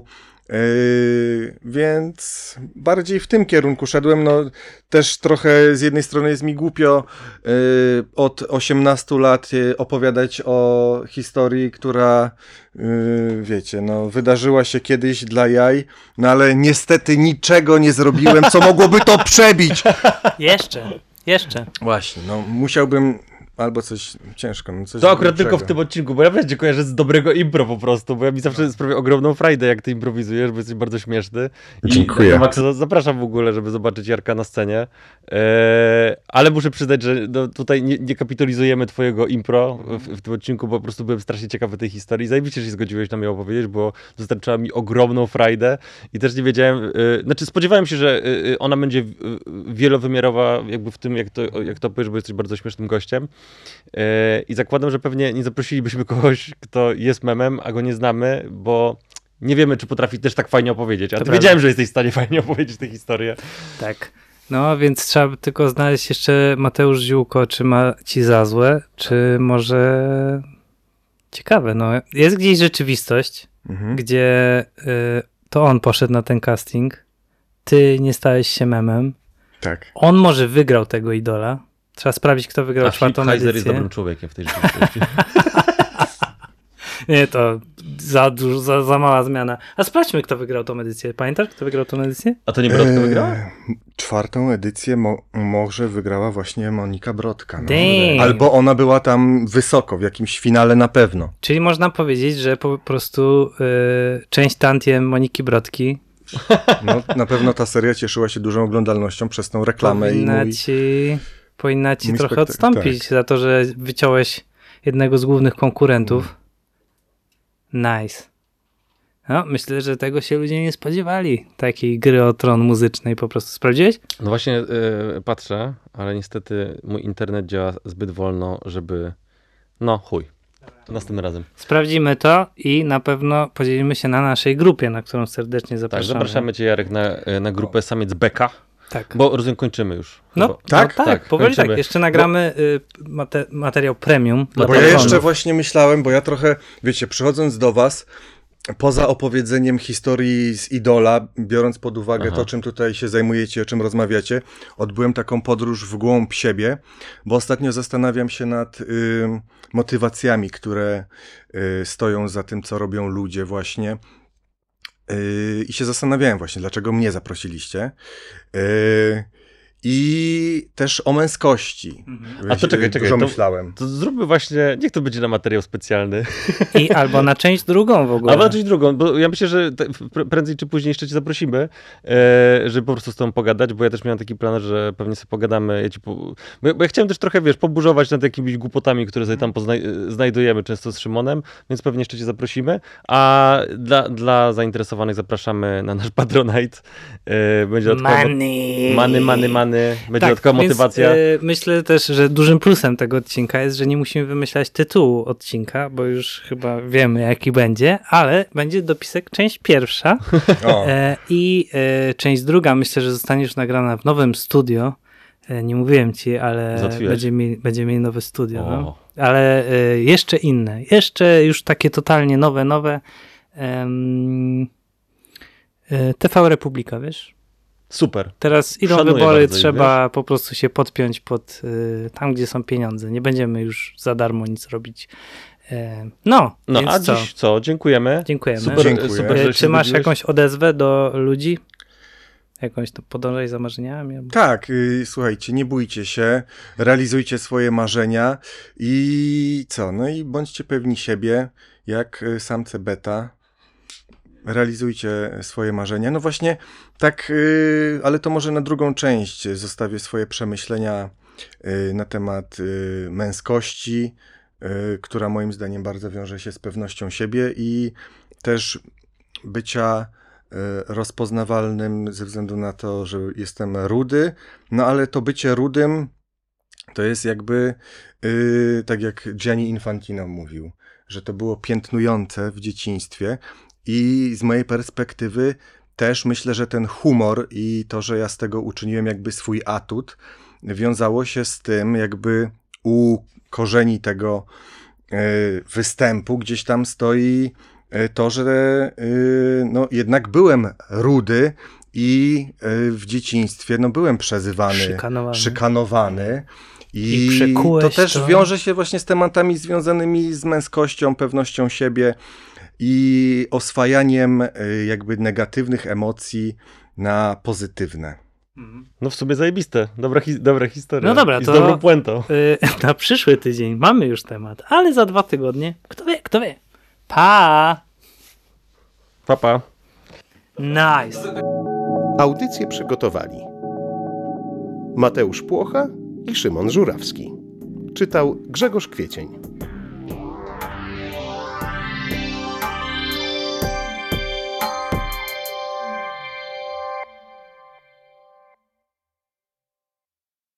C: Yy, więc bardziej w tym kierunku szedłem. No, też trochę z jednej strony jest mi głupio yy, od osiemnastu lat yy, opowiadać o historii, która yy, wiecie, no, wydarzyła się kiedyś dla jaj, no ale niestety niczego nie zrobiłem, co mogłoby to przebić.
D: Jeszcze, jeszcze.
C: Właśnie, no musiałbym albo coś ciężko. No coś
B: To akurat
C: lepszego.
B: tylko w tym odcinku, bo ja wreszcie kojarzę z dobrego impro po prostu, bo ja mi zawsze sprawia ogromną frajdę, jak ty improwizujesz, bo jesteś bardzo śmieszny. I
C: Dziękuję.
B: na maksa zapraszam w ogóle, żeby zobaczyć Jarka na scenie. Eee, ale muszę przyznać, że no, tutaj nie, nie kapitalizujemy twojego impro w, w tym odcinku, bo po prostu byłem strasznie ciekawy tej historii. Zajebiście się zgodziłeś na mnie opowiedzieć, bo dostarczyła mi ogromną frajdę i też nie wiedziałem, e, znaczy spodziewałem się, że e, ona będzie wielowymiarowa jakby w tym, jak to, jak to powiesz, bo jesteś bardzo śmiesznym gościem. I zakładam, że pewnie nie zaprosilibyśmy kogoś, kto jest memem, a go nie znamy, bo nie wiemy, czy potrafi też tak fajnie opowiedzieć. A
D: To
B: ty
D: prawda.
B: wiedziałem, że jesteś w stanie fajnie opowiedzieć tę historię.
D: Tak. No, więc trzeba by tylko znaleźć jeszcze Mateusz Ziółko, czy ma ci za złe, czy może... Ciekawe, no. Jest gdzieś rzeczywistość,
C: Mhm.
D: gdzie y, to on poszedł na ten casting, ty nie stałeś się memem,
C: Tak.
D: on może wygrał tego idola. Trzeba sprawdzić, kto wygrał
B: A
D: czwartą
B: Filip Heiser jest
D: edycję.
B: dobrym człowiekiem w tej rzeczywistości.
D: Nie, to za, dużo, za, za mała zmiana. A sprawdźmy, kto wygrał tą edycję. Pamiętasz, kto wygrał tą edycję?
B: A to nie Brodka wygrała?
C: Eee, Czwartą edycję mo- może wygrała właśnie Monika Brodka. No.
D: Damn.
C: Albo ona była tam wysoko, w jakimś finale na pewno.
D: Czyli można powiedzieć, że po prostu y, część tantiem Moniki Brodki
C: No, na pewno ta seria cieszyła się dużą oglądalnością przez tą reklamę i
D: powinna
C: mój...
D: ci, powinna ci
C: mój
D: trochę
C: spektak-
D: odstąpić za to, że wyciąłeś jednego z głównych konkurentów. Nice. No, myślę, że tego się ludzie nie spodziewali. Takiej gry o tron muzycznej po prostu. Sprawdziłeś?
B: No właśnie y, patrzę, ale niestety mój internet działa zbyt wolno, żeby... No chuj. To następnym razem.
D: Sprawdzimy to i na pewno podzielimy się na naszej grupie, na którą serdecznie
B: Tak,
D: zapraszamy.
B: zapraszamy cię, Jarek, na, na grupę Samiec Beka,
D: Tak.
B: bo rozumiem, kończymy już.
D: No,
B: chyba.
D: tak,
C: Tak?
D: no, tak,
B: Tak,
D: powoli
B: kończymy.
D: tak. Jeszcze nagramy y, mate, materiał premium. dla
C: Bo ja
D: patronów.
C: jeszcze właśnie myślałem, bo ja trochę, wiecie, przychodząc do was, poza opowiedzeniem historii z Idola, biorąc pod uwagę
B: Aha.
C: to, czym tutaj się zajmujecie, o czym rozmawiacie, odbyłem taką podróż w głąb siebie, bo ostatnio zastanawiam się nad y, motywacjami, które y, stoją za tym, co robią ludzie właśnie. Y, I się zastanawiałem właśnie, dlaczego mnie zaprosiliście. Y, I też o męskości.
B: A to czekaj, czekaj,
C: Dużo
B: to-
C: myślałem.
B: To zróbmy właśnie, niech to będzie na materiał specjalny.
D: I albo na część drugą w ogóle.
B: Albo na coś drugą, bo ja myślę, że te, pr- prędzej czy później jeszcze cię zaprosimy, e, żeby po prostu z tobą pogadać, bo ja też miałem taki plan, że pewnie sobie pogadamy. Ja ci po, bo, ja- bo ja chciałem też trochę, wiesz, poburzować nad jakimiś głupotami, które sobie tam pozna- znajdujemy często z Szymonem, więc pewnie jeszcze cię zaprosimy. A dla, dla zainteresowanych zapraszamy na nasz Patronite. E, będzie dodatkowa
D: Money.
B: Many, many, many. Będzie
D: Tak,
B: dodatkowa
D: więc,
B: motywacja.
D: y, myślę też, że dużym plusem tego odcinka jest, że nie musimy wymyślać tytułu odcinka, bo już chyba wiemy, jaki będzie, ale będzie dopisek część pierwsza
C: O.
D: e, i e, część druga myślę, że zostanie już nagrana w nowym studio. E, nie mówiłem ci, ale
B: Załatwiłeś.
D: będziemy mieli, będziemy mieli nowe studio. No.
B: O.
D: Ale e, jeszcze inne, jeszcze już takie totalnie nowe, nowe. Em, e, T V Republika, wiesz?
B: Super.
D: Teraz idą
B: Szanuję
D: wybory,
B: bardzo ich,
D: trzeba po prostu się podpiąć pod y, tam, gdzie są pieniądze. Nie będziemy już za darmo nic robić. E, no,
B: No
D: więc
B: a
D: co?
B: dziś co? Dziękujemy.
D: Dziękujemy.
B: Super,
C: Dziękuję.
B: super,
D: E,
B: że
D: Czy
B: się
D: masz
B: zgodziłeś.
D: jakąś odezwę do ludzi? Jakąś to podążaj za marzeniami? Albo...
C: Tak, y, słuchajcie, nie bójcie się, realizujcie swoje marzenia i co? No i bądźcie pewni siebie, jak y, samce beta. Realizujcie swoje marzenia. No właśnie, tak, y, ale to może na drugą część zostawię swoje przemyślenia y, na temat y, męskości, y, która moim zdaniem bardzo wiąże się z pewnością siebie i też bycia y, rozpoznawalnym ze względu na to, że jestem rudy, no ale to bycie rudym to jest jakby y, tak jak Gianni Infantino mówił, że to było piętnujące w dzieciństwie i z mojej perspektywy też myślę, że ten humor i to, że ja z tego uczyniłem jakby swój atut, wiązało się z tym jakby u korzeni tego y, występu gdzieś tam stoi e, to, że e, no, jednak byłem rudy i e, w dzieciństwie no, byłem przezywany,
D: Szykanowany.
C: szykanowany. I,
D: I przekułeś
C: to też
D: to.
C: wiąże się właśnie z tematami związanymi z męskością, pewnością siebie i oswajaniem y, jakby negatywnych emocji na pozytywne.
B: No w sumie zajebiste. Dobra, hi- dobra historia.
D: No dobra,
B: I z
D: to-
B: dobrą puentą.
D: Y, na przyszły tydzień mamy już temat, ale za dwa tygodnie, kto wie, kto wie. Pa!
B: Papa.
D: Nice.
A: Audycję przygotowali Mateusz Płocha i Szymon Żurawski. Czytał Grzegorz Kwiecień.